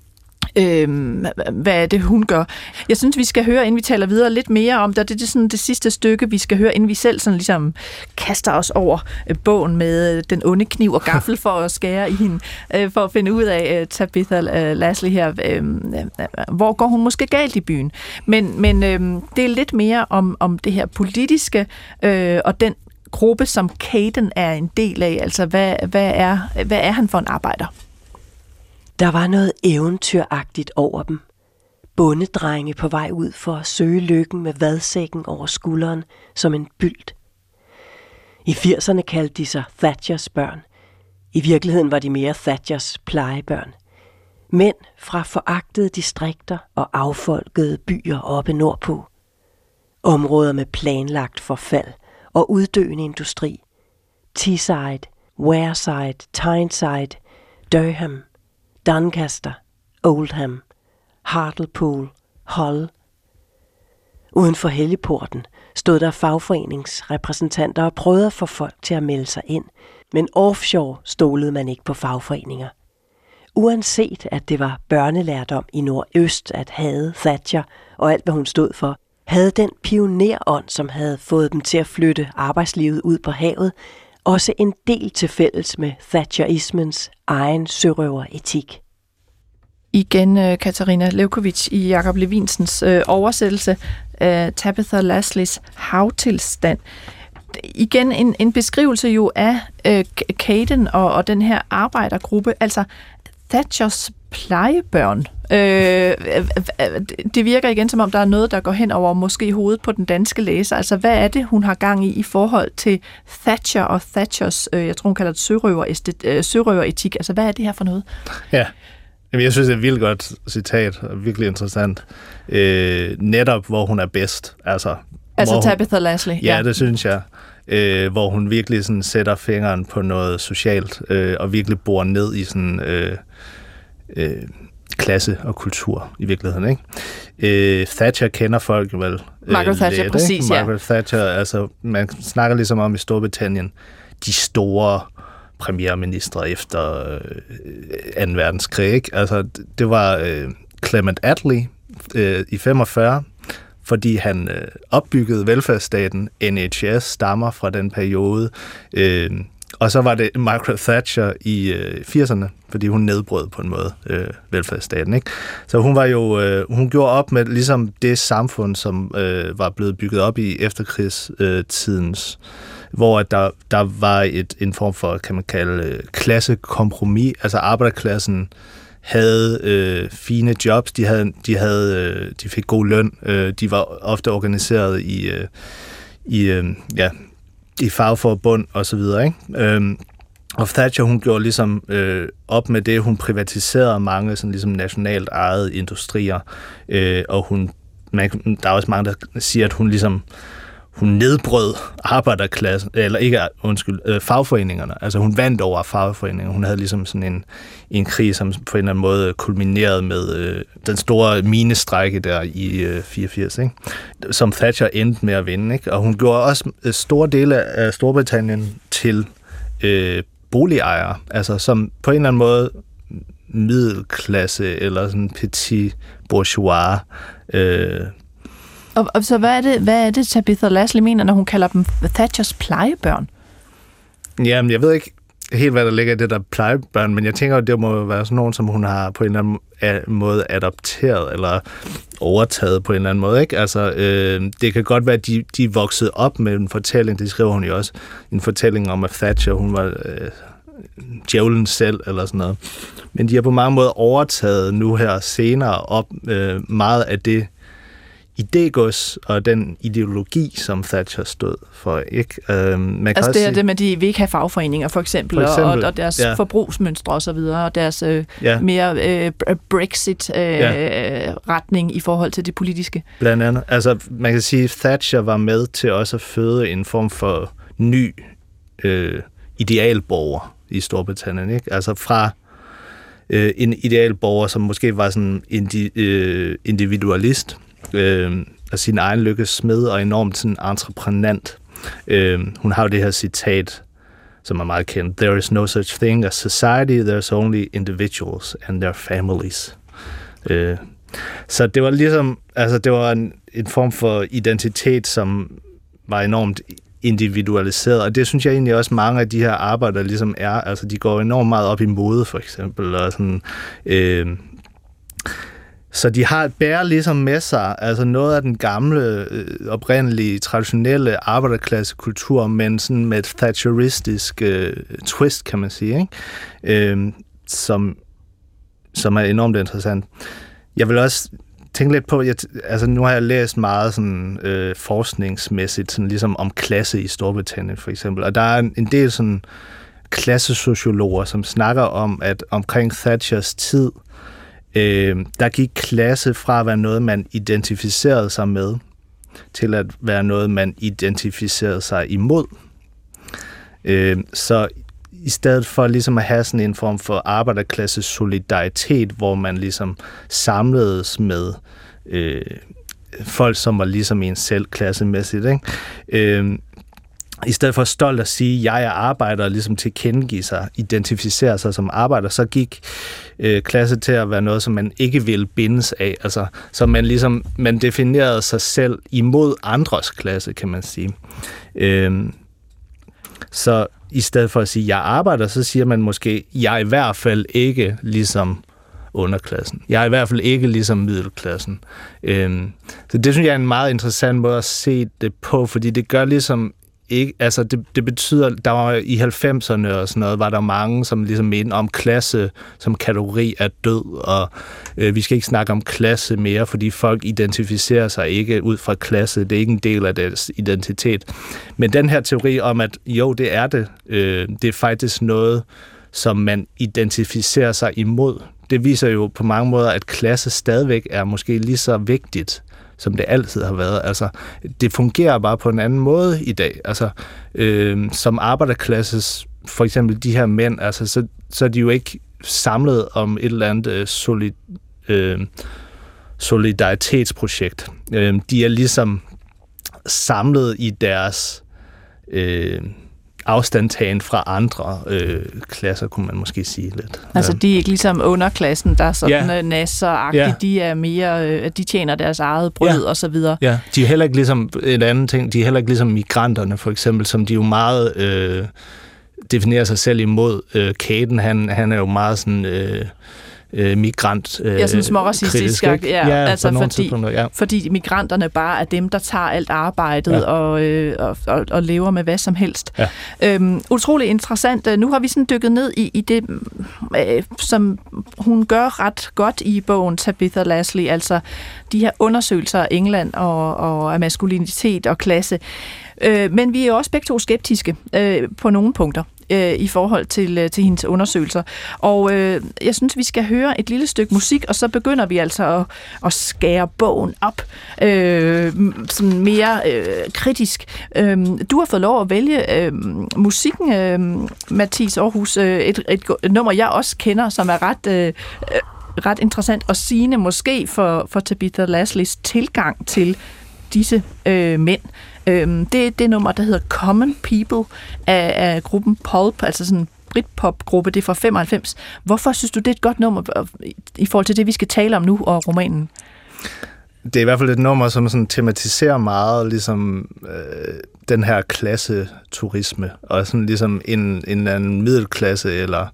er det, hun gør. Jeg synes, vi skal høre, inden vi taler videre, lidt mere om det. Det er sådan det sidste stykke, vi skal høre, inden vi selv sådan ligesom kaster os over bogen med den onde kniv og gaffel for at skære i hende, for at finde ud af Tabitha Lashly her. Hvor går hun måske galt i byen? Men det er lidt mere om det her politiske, og den gruppe, som Caden er en del af. Altså, hvad er han for en arbejder? Der var noget eventyragtigt over dem. Bondedrenge på vej ud for at søge lykken med vadsækken over skulderen som en bylt. I 80'erne kaldte de sig Thatchers børn. I virkeligheden var de mere Thatchers plejebørn. Mænd fra foragtede distrikter og affolkede byer oppe nordpå. Områder med planlagt forfald og uddøende industri. Teesside, Wearside, Tyneside, Durham, Doncaster, Oldham, Hartlepool, Hull. Uden for helligporten stod der fagforeningsrepræsentanter og prøvede at få folk til at melde sig ind, men offshore stolede man ikke på fagforeninger. Uanset at det var børnelærdom i nordøst at hade Thatcher og alt, hvad hun stod for, havde den pionerånd, som havde fået dem til at flytte arbejdslivet ud på havet, også en del til fælles med Thatcherismens egen sørøveretik. Igen Katarina Lewkovich i Jakob Levinsens oversættelse af Tabitha Lashlys havtilstand. Igen en beskrivelse jo af Caden og den her arbejdergruppe, altså Thatchers plejebørn. Det virker igen, som om der er noget, der går hen over måske hovedet på den danske læser. Altså, hvad er det, hun har gang i forhold til Thatcher og Thatchers, jeg tror, hun kalder det sørøveretik. Altså, hvad er det her for noget? Ja, jeg synes, det er et vildt godt citat, og virkelig interessant. Netop, hvor hun er bedst. Altså Tabitha Lashly? Ja, det synes jeg. hvor hun virkelig sådan sætter fingeren på noget socialt, og virkelig borer ned i sådan klasse og kultur i virkeligheden, ikke? Thatcher kender folk vel. Margaret Thatcher, præcis, ja. Margaret Thatcher, altså man snakker ligesom om i Storbritannien, de store premierministre efter 2. verdenskrig, ikke? Altså det var Clement Attlee i 45, fordi han opbyggede velfærdsstaten. NHS stammer fra den periode. Og så var det Margaret Thatcher i 80'erne, fordi hun nedbrød på en måde velfærdsstaten, ikke? Så hun var jo hun gjorde op med ligesom det samfund, som var blevet bygget op i efterkrigstidens, hvor der var en form for, kan man kalde, klassekompromis. Altså arbejderklassen havde fine jobs, de fik god løn, de var ofte organiseret i fagforbund og så videre, ikke? Og Thatcher, hun gjorde ligesom op med det, hun privatiserede mange sådan ligesom nationalt ejede industrier, og der er også mange, der siger, at hun nedbrød arbejderklassen, eller ikke, fagforeningerne. Altså hun vandt over fagforeningerne. Hun havde ligesom sådan en krig, som på en eller anden måde kulminerede med den store minestrejke der i 84, ikke? Som Thatcher endte med at vinde, ikke? Og hun gjorde også store dele af Storbritannien til boligejere, altså som på en eller anden måde middelklasse eller sådan petit bourgeois. Og så hvad er det Tabitha Lashley mener, når hun kalder dem Thatchers plejebørn? Jamen, jeg ved ikke helt, hvad der ligger i det der plejebørn, men jeg tænker, at det må være sådan nogen, som hun har på en eller anden måde adopteret eller overtaget på en eller anden måde, ikke? Altså, det kan godt være, at de voksede op med en fortælling, det skriver hun jo også, en fortælling om, at Thatcher, hun var djævlen selv, eller sådan noget. Men de har på mange måder overtaget nu her senere op meget af det idégods og den ideologi, som Thatcher stod for, ikke? Man kan altså det med, at de vil ikke have fagforeninger, for eksempel. Og deres forbrugsmønstre og så videre, og deres mere Brexit-retning i forhold til det politiske. Blandt andet. Altså, man kan sige, at Thatcher var med til også at føde en form for ny idealborger i Storbritannien, ikke? Altså fra en idealborger, som måske var sådan individualist, af sin egen lykkes smed og enormt sådan entreprenant. Hun har jo det her citat, som er meget kendt. There is no such thing as society, there's only individuals and their families. Så det var ligesom, altså det var en form for identitet, som var enormt individualiseret, og det synes jeg egentlig også mange af de her arbejdere ligesom er. Altså de går enormt meget op i mode, for eksempel, og sådan så de bærer ligesom med sig altså noget af den gamle, oprindelige, traditionelle arbejderklassekultur, men sådan med et thatcheristisk twist, kan man sige, ikke? Som er enormt interessant. Jeg vil også tænke lidt på, altså nu har jeg læst meget sådan forskningsmæssigt, sådan ligesom om klasse i Storbritannien for eksempel, og der er en del sådan klassesociologer, som snakker om, at omkring Thatchers tid, der gik klasse fra at være noget, man identificerede sig med, til at være noget, man identificerede sig imod. Så i stedet for ligesom at have sådan en form for arbejderklasse solidaritet, hvor man ligesom samledes med folk, som var ligesom en selv klassemæssigt, ikke? I stedet for stolt at sige, at jeg er arbejder, ligesom tilkendegive sig, identificere sig som arbejder, så gik klasse til at være noget, som man ikke ville bindes af. Altså, så man definerede sig selv imod andres klasse, kan man sige. Så i stedet for at sige, at jeg arbejder, så siger man måske, jeg er i hvert fald ikke ligesom underklassen. Jeg er i hvert fald ikke ligesom middelklassen. Så det synes jeg er en meget interessant måde at se det på, fordi det gør ligesom ikke, altså det betyder, der var i 90'erne og sådan noget, var der mange, som ligesom mente om klasse som kategori er død, og vi skal ikke snakke om klasse mere, fordi folk identificerer sig ikke ud fra klasse, det er ikke en del af deres identitet. Men den her teori om, at jo, det er det, det er faktisk noget, som man identificerer sig imod, det viser jo på mange måder, at klasse stadigvæk er måske lige så vigtigt som det altid har været. Altså, det fungerer bare på en anden måde i dag. Altså, som arbejderklasses, for eksempel de her mænd, altså, så er de jo ikke samlet om et eller andet solidaritetsprojekt. De er ligesom samlet i deres afstandtagen fra andre klasser, kunne man måske sige lidt. Altså, de er ikke ligesom underklassen, der er sådan nasser-agtigt. De er mere, de tjener deres eget brød og så videre. Ja, de er heller ikke ligesom en anden ting, de er heller ikke ligesom migranterne, for eksempel, som de jo meget definerer sig selv imod. Caden, han er jo meget sådan migrant sådan småracistisk. Altså fordi migranterne bare er dem, der tager alt arbejdet og lever med hvad som helst. Ja. Utrolig interessant. Nu har vi sådan dykket ned i det, som hun gør ret godt i bogen Tabitha Lastly, altså de her undersøgelser af England og af maskulinitet og klasse. Men vi er jo også begge to skeptiske på nogle punkter i forhold til hendes undersøgelser. Og jeg synes, vi skal høre et lille stykke musik, og så begynder vi altså at skære bogen op sådan mere kritisk. Du har fået lov at vælge musikken, Mathies Aarhus, et nummer, jeg også kender, som er ret interessant og sigende måske for Tabitha Lashlys tilgang til disse mænd. Det er det nummer, der hedder Common People af gruppen Pulp, altså sådan en Britpop-gruppe, det er fra 95. Hvorfor synes du, det er et godt nummer i forhold til det, vi skal tale om nu og romanen? Det er i hvert fald et nummer, som sådan tematiserer meget ligesom den her klasseturisme, og sådan ligesom en anden middelklasse eller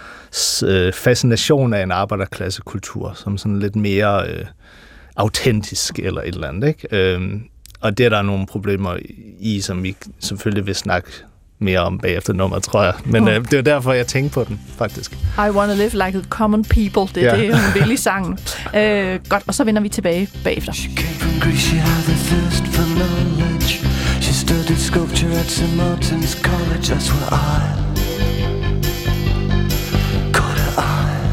fascination af en arbejderklassekultur, som sådan lidt mere autentisk eller et eller andet, ikke? Og det er der nogle problemer i, som vi selvfølgelig vil snakke mere om bagefter nummeret, tror jeg. Men det er derfor, jeg tænkte på den, faktisk. I wanna live like the common people. Det er det, hun vil i sangen. Godt, og så vender vi tilbage bagefter. She came from Greece, she had the thirst for knowledge. She studied sculpture at St. Martin's College. That's where I caught her eye.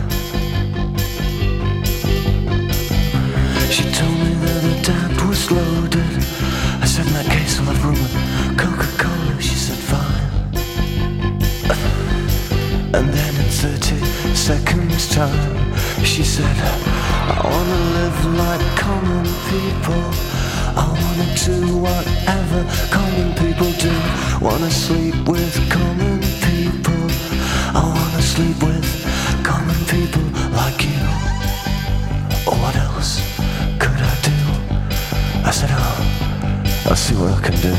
She told me that the tap was loaded. I said, in that case, I'll have room with Coca-Cola. She said, fine. And then in 30 seconds time, she said, I wanna live like common people. I wanna do whatever common people do. Wanna sleep with common people. I wanna sleep with common people like you. What else could I do? I said, I'll see what I can do.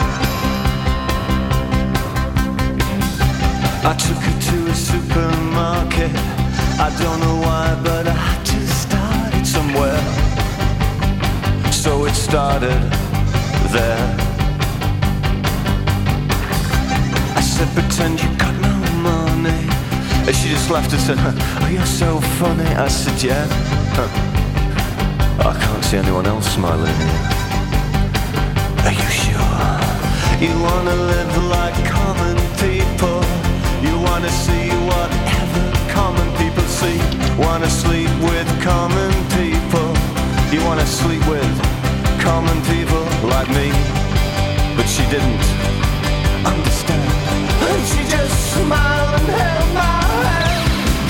I took her to a supermarket. I don't know why, but I had to start it somewhere. So it started there. I said, pretend you got no money. And she just laughed and said, oh, you're so funny. I said, yeah. I can't see anyone else smiling here. Are you sure? You wanna live like common people. You wanna see whatever common people see. Wanna sleep with common people. You wanna sleep with common people like me. But she didn't understand. And she just smiled and held my hand.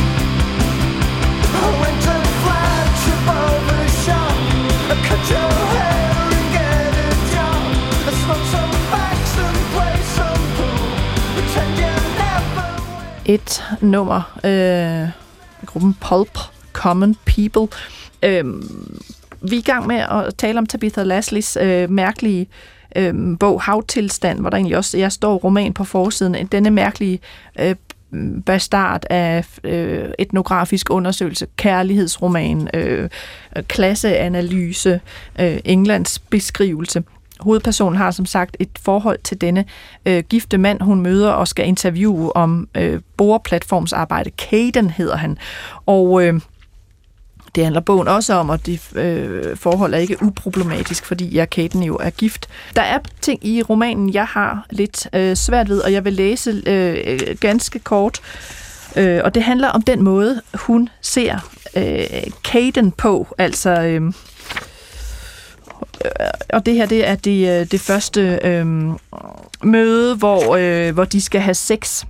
I went to flash above the shop. I cut your hair and get a job. I smoke some facts and play some pool. Pretend you never win. Et nummer, gruppen Pulp, Common People. Vi er i gang med at tale om Tabitha Lashlys mærkelige bog Havtilstand, hvor der egentlig også står roman på forsiden. Denne mærkelige bastard af etnografisk undersøgelse, kærlighedsroman, klasseanalyse, Englands beskrivelse. Hovedpersonen har som sagt et forhold til denne gifte mand, hun møder og skal interviewe om boreplatformsarbejde. Caden hedder han. Og det handler bogen også om, og det forhold er ikke uproblematisk, fordi Caden jo er gift. Der er ting i romanen, jeg har lidt svært ved, og jeg vil læse ganske kort. Og det handler om den måde, hun ser Caden på. Altså, og det her, det er det første møde, hvor de skal have sex.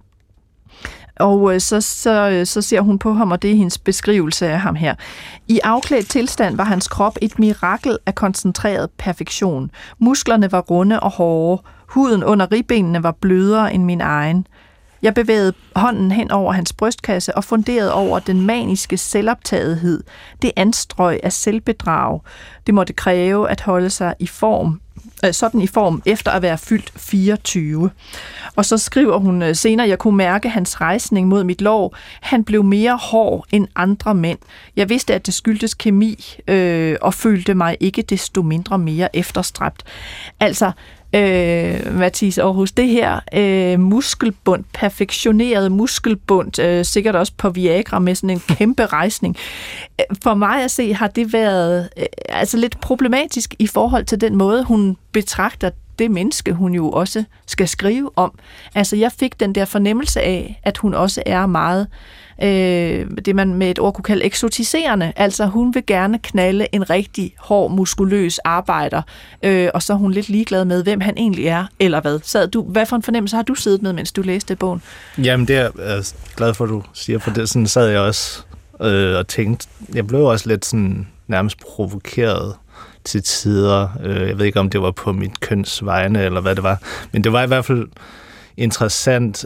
Og så ser hun på ham, og det er hendes beskrivelse af ham her. I afklædt tilstand var hans krop et mirakel af koncentreret perfektion. Musklerne var runde og hårde. Huden under ribbenene var blødere end min egen. Jeg bevægede hånden hen over hans brystkasse og funderede over den maniske selvoptagethed. Det anstrøg af selvbedrag. Det måtte kræve at holde sig i form, sådan i form efter at være fyldt 24. Og så skriver hun senere, jeg kunne mærke hans rejsning mod mit lår. Han blev mere hård end andre mænd. Jeg vidste, at det skyldtes kemi, og følte mig ikke desto mindre mere efterstræbt. Altså, Mathies Aarhus, det her muskelbund, perfektioneret muskelbund, sikkert også på Viagra med sådan en kæmpe rejsning. For mig at se, har det været altså lidt problematisk i forhold til den måde, hun betragter det menneske, hun jo også skal skrive om. Altså, jeg fik den der fornemmelse af, at hun også er meget det, man med et ord kunne kalde eksotiserende. Altså, hun vil gerne knalde en rigtig hård, muskuløs arbejder, og så er hun lidt ligeglad med, hvem han egentlig er, eller hvad. Hvad for en fornemmelse har du siddet med, mens du læste bogen? Jamen, det er jeg glad for, at du siger, for det sådan sad jeg også og tænkte. Jeg blev også lidt sådan nærmest provokeret til tider. Jeg ved ikke, om det var på mit køns vegne, eller hvad det var. Men det var i hvert fald interessant,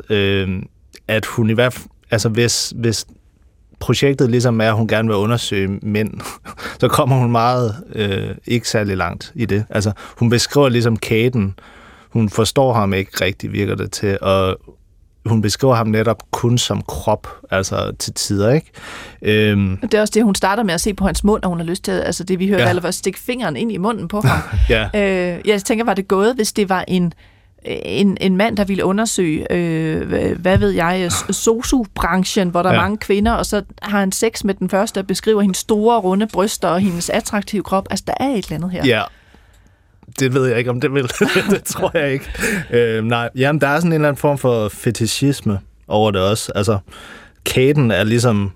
at hun i hvert fald, altså hvis projektet ligesom er, at hun gerne vil undersøge mænd, så kommer hun meget ikke særlig langt i det. Altså, hun beskriver ligesom Caden. Hun forstår ham ikke rigtig, virker det til, og hun beskriver ham netop kun som krop, altså til tider, ikke? Det er også det, hun starter med at se på hans mund, og hun har lyst til, altså det vi hører, eller at stikke fingeren ind i munden på ham. Ja. Jeg tænker, var det gået, hvis det var en mand, der ville undersøge, hvad ved jeg, sosu-branchen, hvor der er mange kvinder, og så har han sex med den første, og beskriver hendes store, runde bryster og hendes attraktive krop. Altså, der er et eller andet her. Ja. Det ved jeg ikke, om det vil. Det tror jeg ikke. Nej, jamen, der er sådan en eller anden form for fetishisme over det også. Altså, Caden er ligesom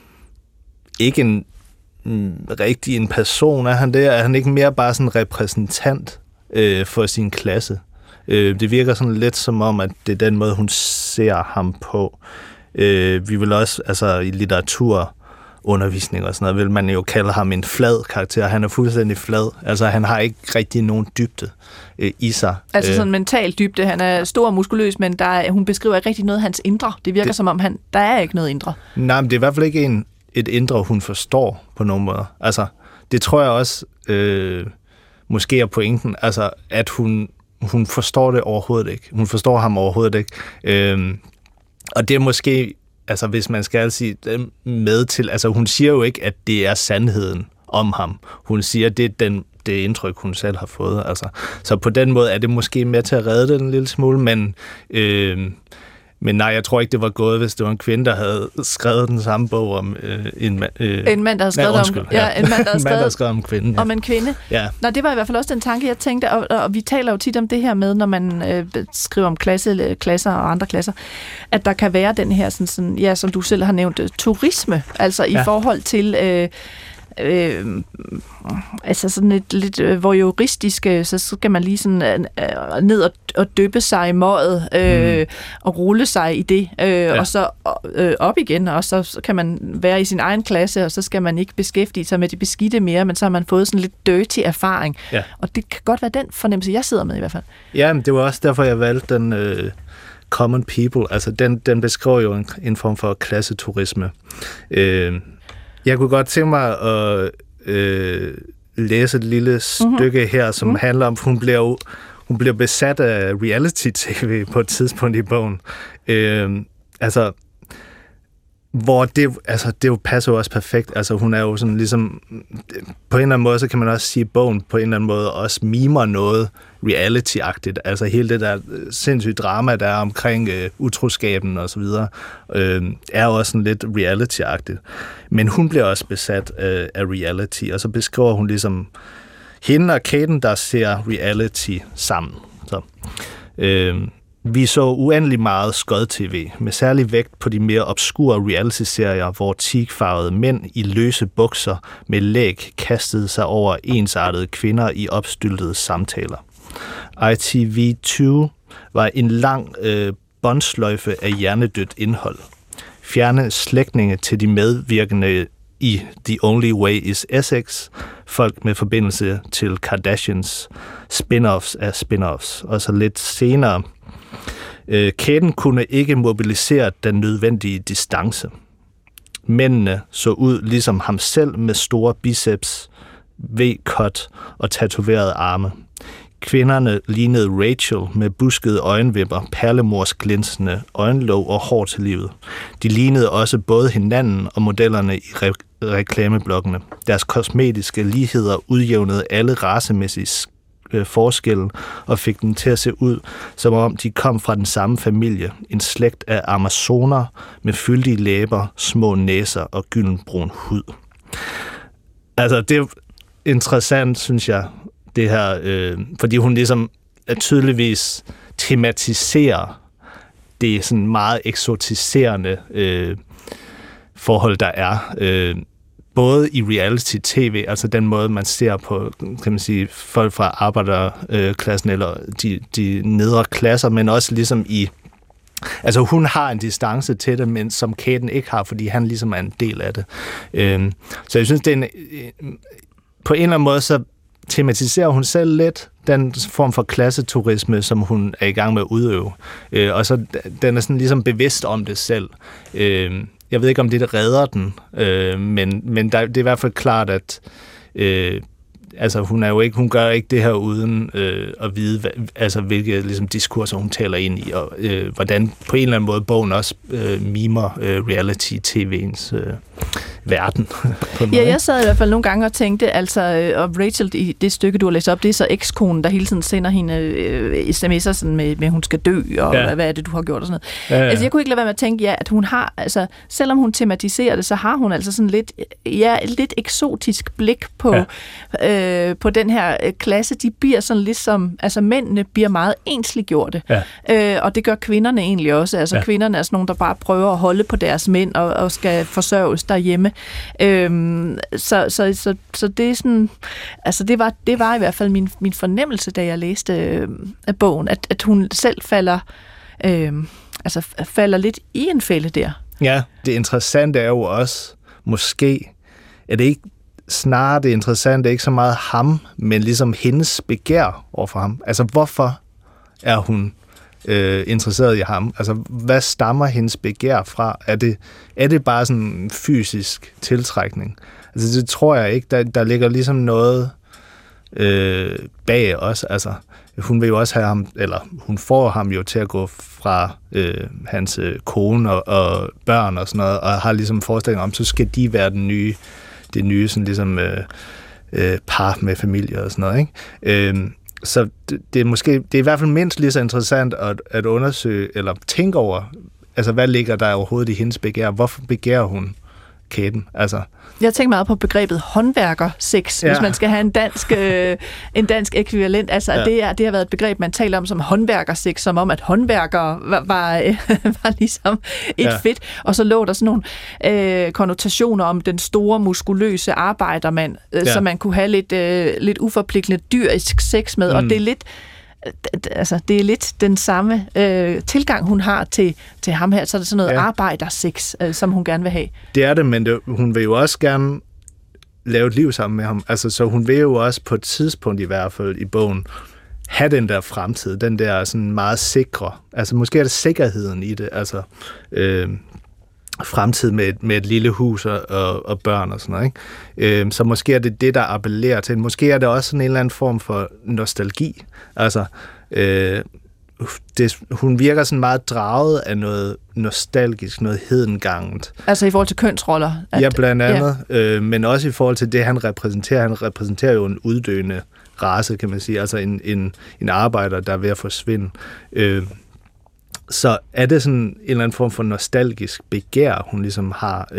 ikke en rigtig en person. Er han det? Er han ikke mere bare sådan en repræsentant for sin klasse? Det virker sådan lidt som om, at det er den måde, hun ser ham på. Vi vil også, altså i litteraturundervisning og sådan noget, vil man jo kalde ham en flad karakter. Han er fuldstændig flad. Altså han har ikke rigtig nogen dybde i sig. Altså sådan en mental dybde. Han er stor og muskuløs, men hun beskriver ikke rigtig noget af hans indre. Det virker som om, der er ikke noget indre. Nej, men det er i hvert fald ikke et indre, hun forstår på nogen måde. Altså, det tror jeg også måske er pointen. Altså, at hun forstår det overhovedet ikke. Hun forstår ham overhovedet ikke. Og det er måske, altså hvis man skal sige med til, altså hun siger jo ikke, at det er sandheden om ham. Hun siger, at det er det indtryk, hun selv har fået. Altså. Så på den måde er det måske med til at redde det en lille smule, men nej, jeg tror ikke, det var gået, hvis det var en kvinde, der havde skrevet den samme bog om en mand. En mand, der havde skrevet om en mand, der havde skrevet om kvinden. Ja. Om en kvinde. Ja. Nå, det var i hvert fald også den tanke, jeg tænkte, og vi taler jo tit om det her med, når man skriver om klasser og andre klasser, at der kan være den her, sådan, ja, som du selv har nævnt, turisme, altså i forhold til altså sådan et lidt voyeuristiske, så skal man lige sådan ned og dyppe sig i møget og rulle sig i det, og så op igen, og så kan man være i sin egen klasse, og så skal man ikke beskæftige sig med det beskidte mere, men så har man fået sådan lidt dirty erfaring. Ja. Og det kan godt være den fornemmelse, jeg sidder med i hvert fald. Ja, men det var også derfor, jeg valgte den common people. Altså den beskriver jo en form for klasseturisme. Jeg kunne godt tænke mig at læse et lille stykke her, som handler om, hun bliver besat af reality-tv på et tidspunkt i bogen. Altså, hvor det jo passer jo også perfekt. Altså, hun er jo sådan ligesom, på en eller anden måde, så kan man også sige, at bogen på en eller anden måde også mimer noget reality-agtigt. Altså, hele det der sindssyge drama, der er omkring utroskaben og så videre, er jo også sådan lidt reality-agtigt. Men hun bliver også besat af reality, og så beskriver hun ligesom hende og Caden, der ser reality sammen. Så, Vi så uendelig meget skod-tv, med særlig vægt på de mere obskure reality-serier, hvor teakfarvede mænd i løse bukser med læg kastede sig over ensartede kvinder i opstyltede samtaler. ITV2 var en lang båndsløjfe af hjernedødt indhold. Fjerne slægtninge til de medvirkende i The Only Way is Essex, folk med forbindelse til Kardashians, spin-offs af spin-offs, og så lidt senere. Kæden kunne ikke mobilisere den nødvendige distance. Mændene så ud ligesom ham selv med store biceps, V-cut og tatoverede arme. Kvinderne lignede Rachel med buskede øjenvipper, perlemors glinsende øjenlåg og hår til livet. De lignede også både hinanden og modellerne i reklameblokkene. Deres kosmetiske ligheder udjævnede alle racemæssige forskelle og fik dem til at se ud, som om de kom fra den samme familie. En slægt af amazoner med fyldige læber, små næser og gyldenbrun hud. Altså, det er interessant, synes jeg, det her, fordi hun ligesom tydeligvis tematiserer det sådan meget eksotiserende forhold, der er. Både i reality-tv, altså den måde, man ser på, kan man sige, folk fra arbejderklassen eller de nedre klasser, men også ligesom i... Altså hun har en distance til det, men som Kaden ikke har, fordi han ligesom er en del af det. Så jeg synes, det er på en eller anden måde, så tematiserer hun selv lidt den form for klasseturisme, som hun er i gang med at udøve. Og så den er sådan ligesom bevidst om det selv. Jeg ved ikke, om det redder den, men det er i hvert fald klart, at altså hun gør ikke det her uden at vide, hvilke ligesom, diskurser hun taler ind i, og hvordan på en eller anden måde bogen også mimer reality-tv'ens verden. Ja, jeg sad i hvert fald nogle gange og tænkte, og Rachel i det stykke, du har læst op, det er så ekskonen, der hele tiden sender hende sms'er sådan med hun skal dø, og hvad er det, du har gjort og sådan noget. Ja. Altså, jeg kunne ikke lade være med at tænke, at hun har, altså, selvom hun tematiserer det, så har hun altså sådan lidt eksotisk blik på, på den her klasse. De bliver sådan ligesom, altså mændene bliver meget ensliggjorte, og det gør kvinderne egentlig også. Altså kvinderne er sådan nogle, der bare prøver at holde på deres mænd og skal forsørges derhjemme. Så det er sådan, altså det var i hvert fald min fornemmelse, da jeg læste af bogen, at hun selv falder lidt i en fælde der. Ja, det interessante er jo også, måske er det ikke snarere det interessante, ikke så meget ham, men ligesom hendes begær overfor ham. Altså hvorfor er hun interesseret i ham? Altså, hvad stammer hendes begær fra? Er det bare sådan en fysisk tiltrækning? Altså, det tror jeg ikke. Der ligger ligesom noget bag os. Altså, hun vil jo også have ham, eller hun får ham jo til at gå fra hans kone og børn og sådan noget, og har ligesom forestilling om, så skal de være det nye sådan ligesom par med familie og sådan noget, ikke? Så det er i hvert fald mindst lige så interessant at undersøge, eller tænke over, altså hvad ligger der overhovedet i hendes begær? Hvorfor begærer hun Kaden? Altså, jeg tænker meget på begrebet håndværkersex, hvis man skal have en dansk ekvivalent. Altså, det har været et begreb, man taler om som håndværkersex, som om, at håndværkere var ligesom et fedt. Og så lå der sådan nogle konnotationer om den store, muskuløse arbejdermand, som man kunne have lidt uforpligtende dyrisk sex med. Og det er lidt... Altså, det er lidt den samme tilgang, hun har til ham her. Så er det sådan noget arbejdersex, som hun gerne vil have. Det er det, men hun vil jo også gerne lave et liv sammen med ham. Altså, så hun vil jo også på et tidspunkt i hvert fald i bogen have den der fremtid, den der sådan meget sikre. Altså, måske er det sikkerheden i det. Altså, fremtid med et lille hus og børn og sådan noget, ikke? Så måske er det, der appellerer til. Måske er det også sådan en eller anden form for nostalgi. Altså, hun virker sådan meget draget af noget nostalgisk, noget hedengangt. Altså i forhold til kønsroller? Ja, blandt andet. Men også i forhold til det, han repræsenterer. Han repræsenterer jo en uddøende race, kan man sige. Altså en arbejder, der er ved at forsvinde. Så er det sådan en eller anden form for nostalgisk begær, hun ligesom har,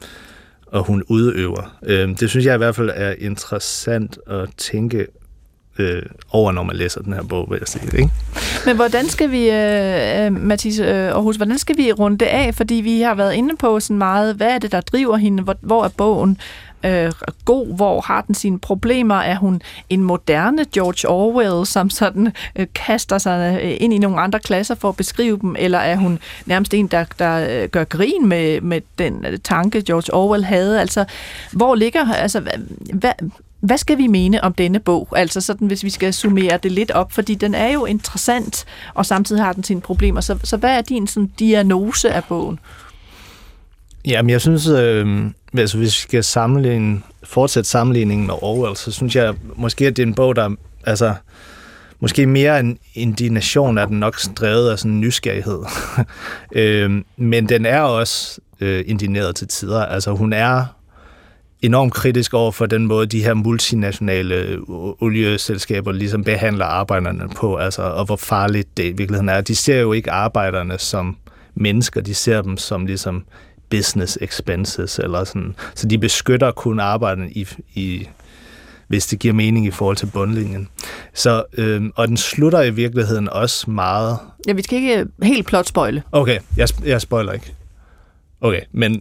og hun udøver. Det synes jeg i hvert fald er interessant at tænke over, når man læser den her bog, vil jeg sige. Ikke? Men hvordan skal vi, Mathias Aarhus, hvordan skal vi runde det af? Fordi vi har været inde på sådan meget, hvad er det, der driver hende? Hvor er bogen god? Hvor har den sine problemer? Er hun en moderne George Orwell, som sådan kaster sig ind i nogle andre klasser for at beskrive dem? Eller er hun nærmest en, der gør grin med den tanke, George Orwell havde? Altså, hvor ligger... Altså, hvad skal vi mene om denne bog? Altså sådan, hvis vi skal summere det lidt op, fordi den er jo interessant, og samtidig har den sine problemer. Så hvad er din sådan, diagnose af bogen? Jamen, jeg synes, hvis vi skal fortsætte sammenligningen med Orwell, så synes jeg måske, at det er en bog, der altså, måske mere en indignation, er den nok drevet af sådan en nysgerrighed. Men den er også indigneret til tider. Altså, hun er enormt kritisk over for den måde, de her multinationale olieselskaber ligesom behandler arbejderne på, altså, og hvor farligt det i virkeligheden er. De ser jo ikke arbejderne som mennesker, de ser dem som ligesom business expenses, eller sådan. Så de beskytter kun arbejderne hvis det giver mening i forhold til bundlinjen. Så, og den slutter i virkeligheden også meget... Ja, vi skal ikke helt plot-spoile. Okay, jeg spoiler ikke. Okay, men...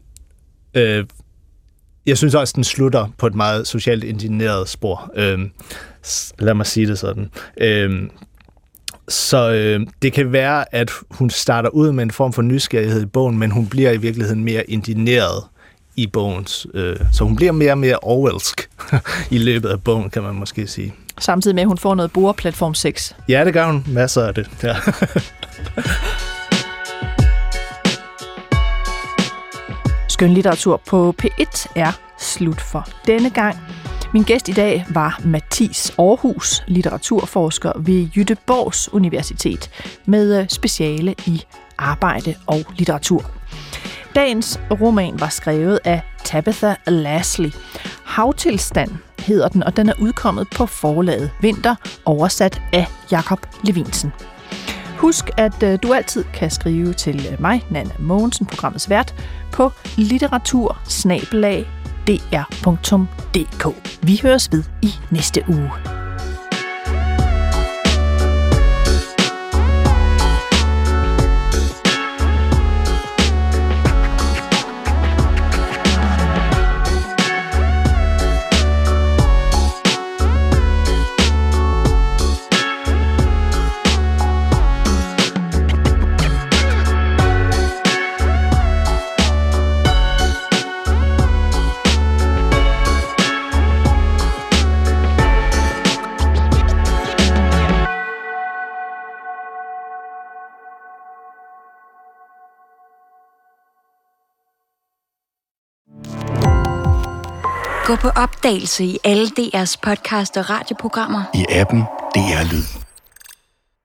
jeg synes også, den slutter på et meget socialt indigneret spor. Lad mig sige det sådan. Så det kan være, at hun starter ud med en form for nysgerrighed i bogen, men hun bliver i virkeligheden mere indigneret i bogens. Så hun bliver mere og mere Orwellsk i løbet af bogen, kan man måske sige. Samtidig med, at hun får noget brugerplatform 6. Ja, det gør hun. Masser af det. Ja. Skønlitteratur på P1 er slut for denne gang. Min gæst i dag var Mathias Aarhus, litteraturforsker ved Göteborgs Universitet med speciale i arbejde og litteratur. Dagens roman var skrevet af Tabitha Lasley. Havtilstand hedder den, og den er udkommet på forlaget Vinter, oversat af Jakob Levinsen. Husk, at du altid kan skrive til mig, Nanna Mogensen, programmets vært, på litteratur@dr.dk. Vi høres ved i næste uge. Gå på opdagelse i alle DR's podcast og radioprogrammer. I appen DR Lyd.